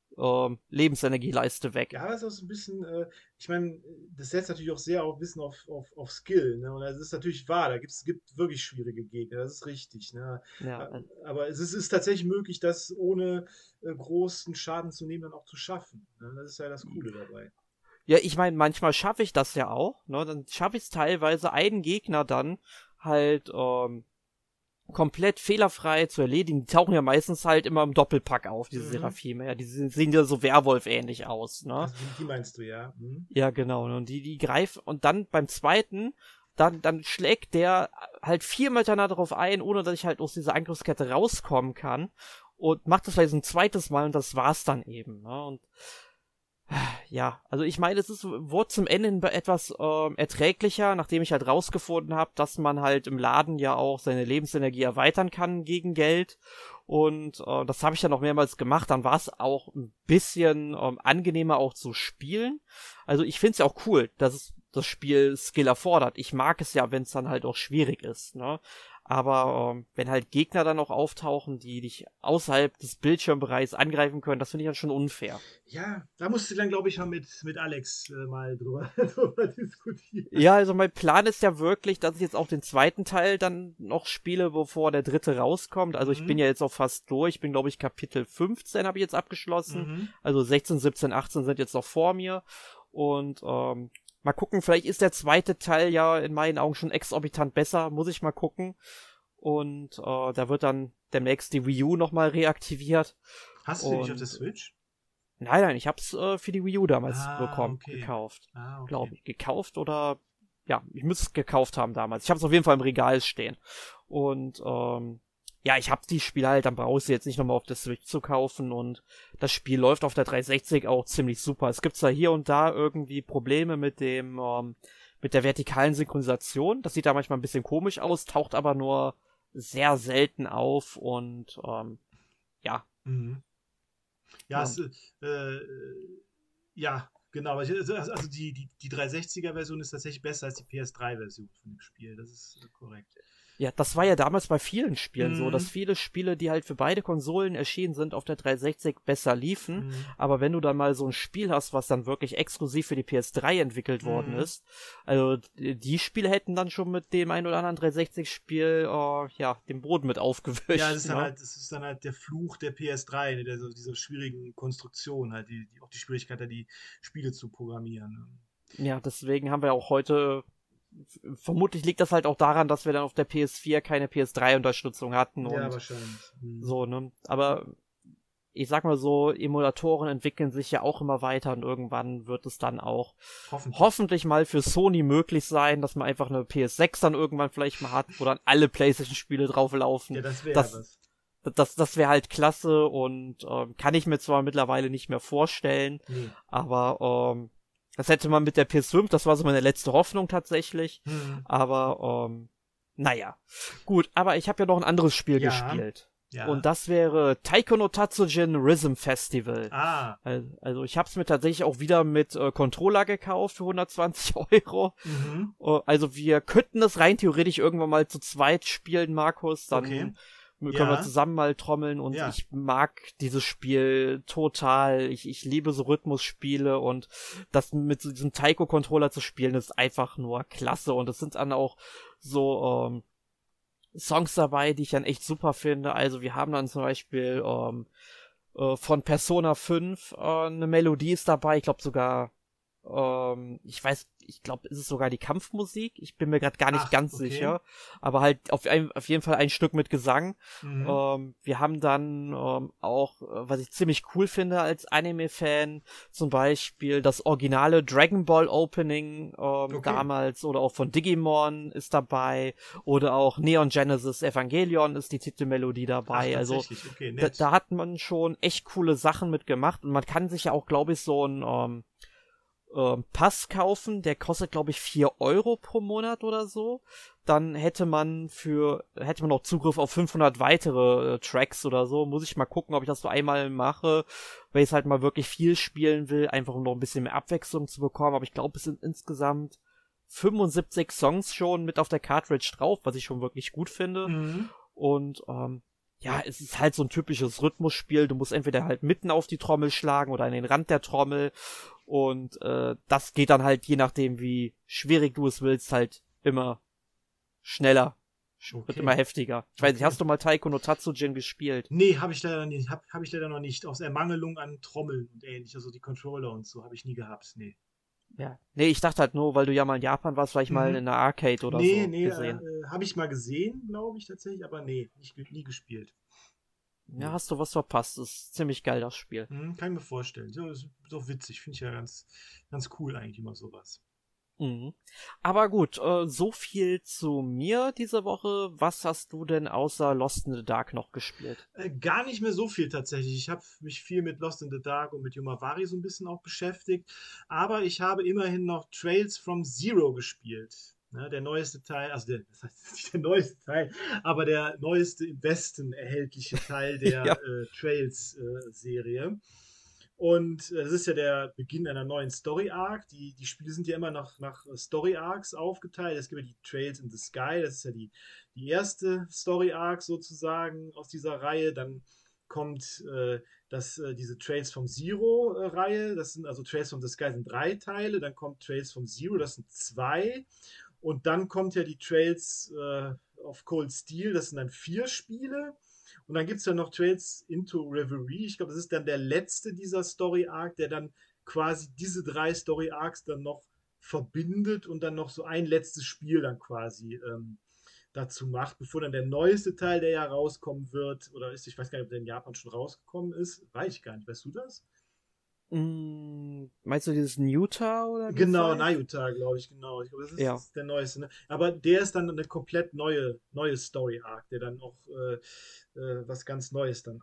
Lebensenergieleiste weg. Ja, das ist auch so ein bisschen, ich meine, das setzt natürlich auch sehr auf Wissen auf Skill, ne? Und das ist natürlich wahr, gibt wirklich schwierige Gegner, das ist richtig, ne? Ja, Aber es ist tatsächlich möglich, das ohne großen Schaden zu nehmen, dann auch zu schaffen. Ne? Das ist ja das Coole dabei. ja, ich meine, manchmal schaffe ich das ja auch, ne? Dann schaffe ich es teilweise, einen Gegner dann halt komplett fehlerfrei zu erledigen. Die tauchen ja meistens halt immer im Doppelpack auf, diese Seraphime. Ja, sehen ja so Werwolf-ähnlich aus, ne? Also die meinst du, ja. Ja, genau. Und die greifen, und dann beim zweiten, dann schlägt der halt 4 Mal darauf ein, ohne dass ich halt aus dieser Angriffskette rauskommen kann. Und macht das vielleicht ein zweites Mal, und das war's dann eben, ne? Und ja, also ich meine, wurde zum Ende hin etwas erträglicher, nachdem ich halt rausgefunden habe, dass man halt im Laden ja auch seine Lebensenergie erweitern kann gegen Geld. Und das habe ich dann auch mehrmals gemacht. Dann war es auch ein bisschen angenehmer auch zu spielen. Also ich finde es ja auch cool, dass das Spiel Skill erfordert. Ich mag es ja, wenn es dann halt auch schwierig ist, ne? Aber wenn halt Gegner dann auch auftauchen, die dich außerhalb des Bildschirmbereichs angreifen können, das finde ich dann schon unfair. Ja, da musst du dann, glaube ich, mal mit Alex mal drüber diskutieren. Ja, also mein Plan ist ja wirklich, dass ich jetzt auch den zweiten Teil dann noch spiele, bevor der dritte rauskommt. Also ich bin ja jetzt auch fast durch. Ich bin, glaube ich, Kapitel 15 habe ich jetzt abgeschlossen. Also 16, 17, 18 sind jetzt noch vor mir. Und mal gucken, vielleicht ist der zweite Teil ja in meinen Augen schon exorbitant besser. Muss ich mal gucken. Und da wird dann demnächst die Wii U nochmal reaktiviert. Hast du die nicht auf der Switch? Nein, ich hab's für die Wii U damals gekauft. Okay. Glaube ich. Gekauft oder... Ja, ich müsste es gekauft haben damals. Ich habe es auf jeden Fall im Regal stehen. Und ja, ich hab die Spiele halt, dann brauchst du jetzt nicht nochmal auf der Switch zu kaufen und das Spiel läuft auf der 360 auch ziemlich super. Es gibt zwar hier und da irgendwie Probleme mit der vertikalen Synchronisation. Das sieht da manchmal ein bisschen komisch aus, taucht aber nur sehr selten auf und ja. Mhm. Ja, Und, ja, genau. Also die 360er-Version ist tatsächlich besser als die PS3-Version von dem Spiel. Das ist korrekt. ja, das war ja damals bei vielen Spielen so, dass Mhm. viele Spiele, die halt für beide Konsolen erschienen sind, auf der 360 besser liefen. Mhm. Aber wenn du dann mal so ein Spiel hast, was dann wirklich exklusiv für die PS3 entwickelt worden Mhm. ist, also die Spiele hätten dann schon mit dem ein oder anderen 360-Spiel, ja, den Boden mit Ja, aufgewischt, ne? das ist dann halt der Fluch der PS3, ne, dieser schwierigen Konstruktion, halt, auch die Schwierigkeit, da die Spiele zu programmieren. Ne? Ja, deswegen haben wir auch heute, vermutlich liegt das halt auch daran, dass wir dann auf der PS4 keine PS3-Unterstützung hatten Ja, und wahrscheinlich. Mhm. so, ne? Aber ich sag mal so, Emulatoren entwickeln sich ja auch immer weiter und irgendwann wird es dann auch Hoffentlich. hoffentlich mal für Sony möglich sein, dass man einfach eine PS6 dann irgendwann vielleicht mal hat, wo dann alle PlayStation-Spiele drauf laufen. Ja, das wäre Das, was. das wäre halt klasse und kann ich mir zwar mittlerweile nicht mehr vorstellen, Nee. aber das hätte man mit der PS5, das war so meine letzte Hoffnung tatsächlich, Mhm. aber naja. Gut, aber ich habe ja noch ein anderes Spiel Ja, gespielt. Und ja. das wäre Taiko no Tatsujin Rhythm Festival. Ah. Also ich habe es mir tatsächlich auch wieder mit Controller gekauft für 120 Euro. Mhm. Also wir könnten das rein theoretisch irgendwann mal zu zweit spielen, Markus. Okay. Dann können wir Ja. zusammen mal trommeln und Ja. ich mag dieses Spiel total. Ich liebe so Rhythmusspiele und das mit so diesem Taiko-Controller zu spielen ist einfach nur klasse. Und es sind dann auch so Songs dabei, die ich dann echt super finde. Also wir haben dann zum Beispiel von Persona 5 eine Melodie ist dabei. Ich glaube sogar, ich glaube, ist es sogar die Kampfmusik? Ich bin mir gerade gar nicht Ach, ganz okay. sicher. Aber halt auf jeden Fall ein Stück mit Gesang. Mhm. Wir haben dann auch, was ich ziemlich cool finde als Anime-Fan, zum Beispiel das originale Dragon Ball Opening Okay. damals oder auch von Digimon ist dabei oder auch Neon Genesis Evangelion ist die Titelmelodie Ach, dabei. Also tatsächlich. Okay, da nett. hat man schon echt coole Sachen mitgemacht und man kann sich ja auch, glaube ich, so ein Pass kaufen, der kostet, glaube ich, 4 Euro pro Monat oder so. Dann hätte man auch Zugriff auf 500 weitere Tracks oder so. Muss ich mal gucken, ob ich das so einmal mache, weil ich es halt mal wirklich viel spielen will, einfach um noch ein bisschen mehr Abwechslung zu bekommen. Aber ich glaube, es sind insgesamt 75 Songs schon mit auf der Cartridge drauf, was ich schon wirklich gut finde. Mhm. Und ja, es ist halt so ein typisches Rhythmusspiel. Du musst entweder halt mitten auf die Trommel schlagen oder an den Rand der Trommel. Und das geht dann halt, je nachdem, wie schwierig du es willst, halt immer schneller. Wird immer Okay. heftiger. Ich weiß nicht, Okay. hast du mal Taiko no Tatsujin gespielt? Nee, habe ich leider nicht. Hab ich leider noch nicht. Aus Ermangelung an Trommeln und ähnlich. Also die Controller und so habe ich nie gehabt. Nee. Ja. Nee, ich dachte halt nur, weil du ja mal in Japan warst, vielleicht mal in Mhm. einer Arcade oder Nee, so nee, gesehen. habe ich mal gesehen, glaube ich tatsächlich, aber nee, nie gespielt. Ja, Nee. hast du was verpasst. Das ist ziemlich geil, das Spiel. Kann ich mir vorstellen. So, ist so witzig. Finde ich ja ganz cool eigentlich immer sowas. Mhm. Aber gut, so viel zu mir diese Woche. Was hast du denn außer Lost in the Dark noch gespielt? Gar nicht mehr so viel tatsächlich. Ich habe mich viel mit Lost in the Dark und mit Yomawari so ein bisschen auch beschäftigt. Aber ich habe immerhin noch Trails from Zero gespielt. Ne, der neueste Teil, also das heißt nicht der neueste Teil, aber der neueste im Westen erhältliche Teil der Ja. Trails-Serie. Und das ist ja der Beginn einer neuen Story Arc. Die Spiele sind ja immer nach Story Arcs aufgeteilt. Es gibt ja die Trails in the Sky, das ist ja die erste Story Arc sozusagen aus dieser Reihe. Dann kommt diese Trails from Zero Reihe. Das sind also Trails from the Sky sind 3 Teile. Dann kommt Trails from Zero, das sind 2. Und dann kommt ja die Trails of Cold Steel, das sind dann 4 Spiele. Und dann gibt es ja noch Trails into Reverie. Ich glaube, das ist dann der letzte dieser Story Arc, der dann quasi diese 3 Story Arcs dann noch verbindet und dann noch so ein letztes Spiel dann quasi dazu macht, bevor dann der neueste Teil, der ja rauskommen wird, oder ist, ich weiß gar nicht, ob der in Japan schon rausgekommen ist, weiß ich gar nicht. Weißt du das? Meinst du dieses Newta oder wie es Genau, heißt? Nayuta, glaube ich, genau. Ich glaube, das Ja. ist der neueste. Ne? Aber der ist dann eine komplett neue Story-Arc, der dann auch was ganz Neues dann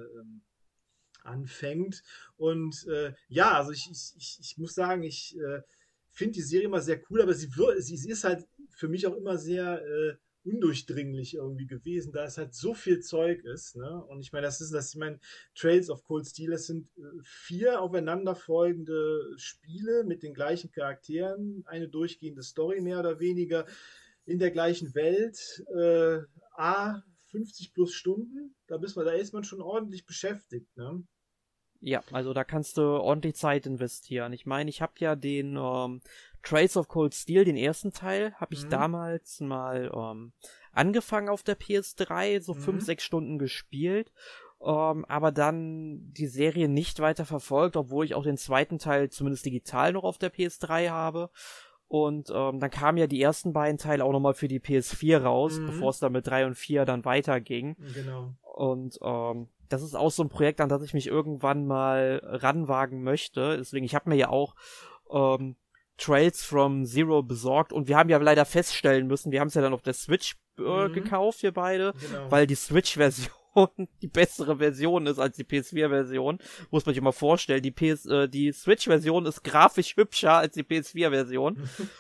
anfängt. Und ja, also ich muss sagen, ich finde die Serie immer sehr cool, aber sie ist halt für mich auch immer sehr undurchdringlich irgendwie gewesen, da es halt so viel Zeug ist. Ne? Und ich meine, ich meine, Trails of Cold Steel, das sind 4 aufeinanderfolgende Spiele mit den gleichen Charakteren, eine durchgehende Story mehr oder weniger in der gleichen Welt. A, 50 plus Stunden, da ist man schon ordentlich beschäftigt. Ne? Ja, also da kannst du ordentlich Zeit investieren. Ich meine, ich habe ja den Trails of Cold Steel, den ersten Teil, habe ich Mhm. damals mal angefangen auf der PS3, so 5, Mhm. 6 Stunden gespielt, aber dann die Serie nicht weiter verfolgt, obwohl ich auch den zweiten Teil zumindest digital noch auf der PS3 habe. Und dann kamen ja die ersten beiden Teile auch nochmal für die PS4 raus, bevor Mhm. es dann mit 3 und 4 dann weiterging. Genau. Und das ist auch so ein Projekt, an das ich mich irgendwann mal ranwagen möchte. Deswegen, ich habe mir ja auch ähm, Trails from Zero besorgt und wir haben ja leider feststellen müssen, wir haben es ja dann auf der Switch Mhm. gekauft, wir beide, Genau. weil die Switch-Version die bessere Version ist als die PS4-Version. Muss man sich mal vorstellen, die Switch-Version ist grafisch hübscher als die PS4-Version.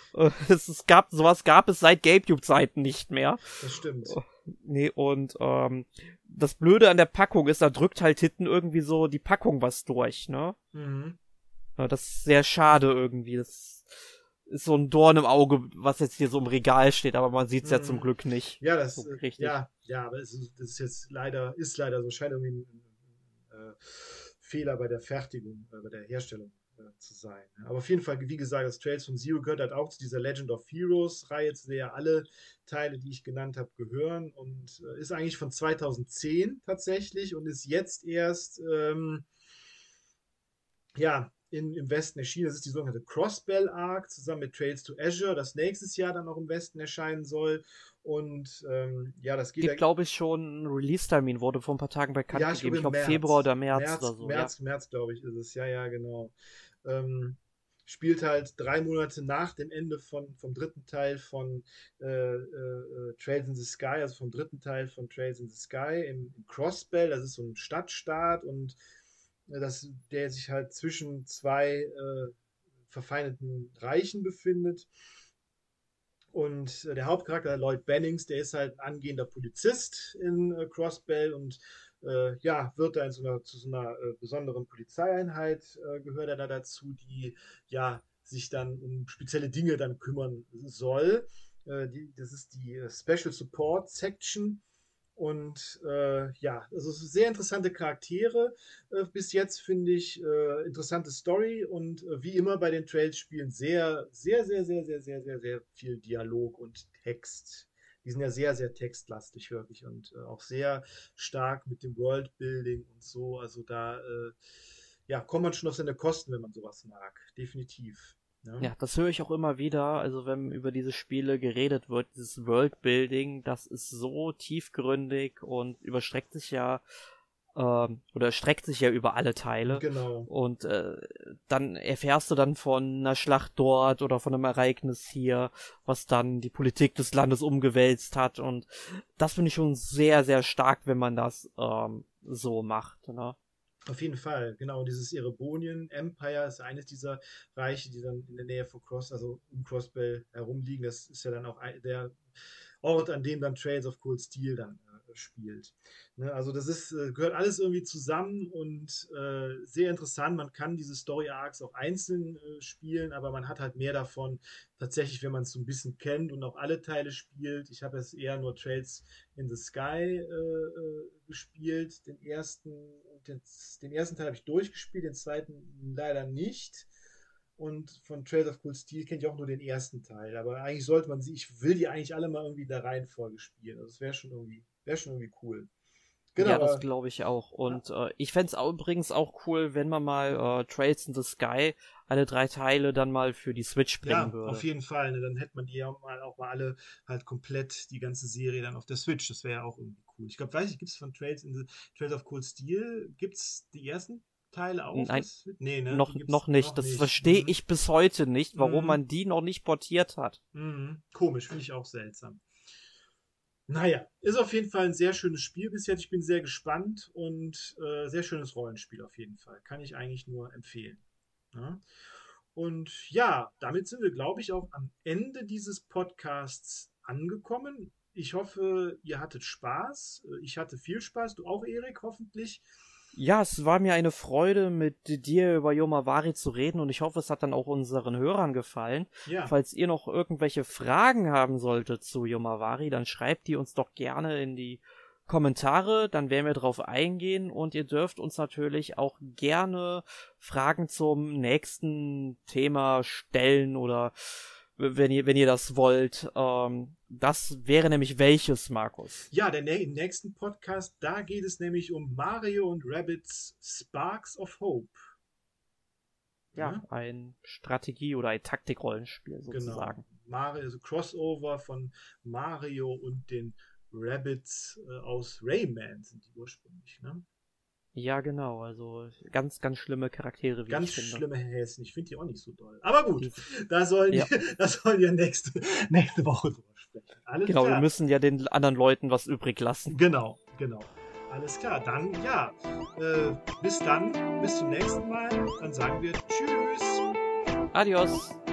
Sowas gab es seit GameCube-Zeiten nicht mehr. Das stimmt. Nee, und das Blöde an der Packung ist, da drückt halt hinten irgendwie so die Packung was durch, ne? Mhm. Ja, das ist sehr schade irgendwie. Das ist so ein Dorn im Auge, was jetzt hier so im Regal steht, aber man sieht's ja zum Mhm. Glück nicht Ja, so richtig. ja, aber das ist jetzt ist leider so, scheint irgendwie ein Fehler bei der Fertigung, bei der Herstellung zu sein. Ne? Aber auf jeden Fall, wie gesagt, das Trails from Zero gehört halt auch zu dieser Legend of Heroes-Reihe, zu der ja alle Teile, die ich genannt habe, gehören und ist eigentlich von 2010 tatsächlich und ist jetzt erst ja, im Westen erschienen. Das ist die sogenannte Crossbell Arc zusammen mit Trails to Azure, das nächstes Jahr dann auch im Westen erscheinen soll. Und ja, das geht ja, Gibt, glaube ich, schon einen Release-Termin, wurde vor ein paar Tagen bekannt ja, ich gegeben. glaube Ich im glaube Februar März. oder März oder so, ja. März, glaube ich, ist es. Ja, ja, genau. Spielt halt 3 Monate nach dem Ende vom dritten Teil von Trails in the Sky, also vom dritten Teil von Trails in the Sky im Crossbell. Das ist so ein Stadtstaat und der sich halt zwischen zwei verfeindeten Reichen befindet. Und der Hauptcharakter, Lloyd Bennings, der ist halt ein angehender Polizist in Crossbell und ja, wird da zu so einer besonderen Polizeieinheit, gehört er da dazu, die ja sich dann um spezielle Dinge dann kümmern soll. Das ist die Special Support Section. Und ja, also sehr interessante Charaktere bis jetzt, finde ich. Interessante Story und wie immer bei den Trails-Spielen sehr viel Dialog und Text. Die sind ja sehr textlastig, wirklich und auch sehr stark mit dem Worldbuilding und so. Also da ja, kommt man schon auf seine Kosten, wenn man sowas mag. Definitiv. Ja, Ja, das höre ich auch immer wieder. Also wenn über diese Spiele geredet wird, dieses Worldbuilding, das ist so tiefgründig und überstreckt sich ja oder streckt sich ja über alle Teile. genau. Und dann erfährst du dann von einer Schlacht dort oder von einem Ereignis hier, was dann die Politik des Landes umgewälzt hat. Und das finde ich schon sehr, sehr stark, wenn man das so macht. Ne? Auf jeden Fall, genau. Dieses Erebonien Empire ist eines dieser Reiche, die dann in der Nähe von also um Crossbell herumliegen. Das ist ja dann auch der Ort, an dem dann Trails of Cold Steel dann spielt. Ne, also das gehört alles irgendwie zusammen und sehr interessant. Man kann diese Story Arcs auch einzeln spielen, aber man hat halt mehr davon tatsächlich, wenn man es so ein bisschen kennt und auch alle Teile spielt. Ich habe jetzt eher nur Trails in the Sky gespielt. Den ersten Teil habe ich durchgespielt, den zweiten leider nicht. Und von Trails of Cold Steel kenne ich auch nur den ersten Teil. Aber eigentlich sollte man ich will die eigentlich alle mal irgendwie in der Reihenfolge spielen. Also es wäre schon irgendwie cool. Genau, Ja, das aber glaube ich auch. ja, Und ich fände es übrigens auch cool, wenn man mal Trails in the Sky, alle 3 Teile, dann mal für die Switch bringen ja, auf würde. jeden Fall. Ne? Dann hätte man die ja auch mal alle halt komplett, die ganze Serie dann auf der Switch. Das wäre ja auch irgendwie cool. Ich glaube, weiß ich, gibt es von Trails of Cold Steel, gibt es die ersten Teile auch? Nein, nee, ne? noch nicht. Das verstehe ich bis heute nicht, warum man die noch nicht portiert hat. Komisch, finde ich auch seltsam. Naja, ist auf jeden Fall ein sehr schönes Spiel bis jetzt. Ich bin sehr gespannt und sehr schönes Rollenspiel auf jeden Fall. Kann ich eigentlich nur empfehlen. Ja? Und ja, damit sind wir, glaube ich, auch am Ende dieses Podcasts angekommen. Ich hoffe, ihr hattet Spaß. Ich hatte viel Spaß. Du auch, Erik, hoffentlich. Ja, es war mir eine Freude, mit dir über Yomawari zu reden und ich hoffe, es hat dann auch unseren Hörern gefallen. Ja. Falls ihr noch irgendwelche Fragen haben solltet zu Yomawari, dann schreibt die uns doch gerne in die Kommentare, dann werden wir drauf eingehen und ihr dürft uns natürlich auch gerne Fragen zum nächsten Thema stellen oder wenn ihr das wollt. Das wäre nämlich welches, Markus? Ja, im nächsten Podcast, da geht es nämlich um Mario und Rabbids Sparks of Hope. Ja, ein Strategie- oder ein Taktikrollenspiel sozusagen. Genau. Mario, also Crossover von Mario und den Rabbids aus Rayman sind die ursprünglich, ne? Ja, genau, also ganz, ganz schlimme Charaktere, wie ganz ich finde. Ganz schlimme Häschen. Ich finde die auch nicht so doll. Aber gut, das sollen wir nächste Woche drüber sprechen. Alles genau, klar. Wir müssen ja den anderen Leuten was übrig lassen. Genau. Alles klar, dann ja. Bis zum nächsten Mal. Dann sagen wir Tschüss. Adios.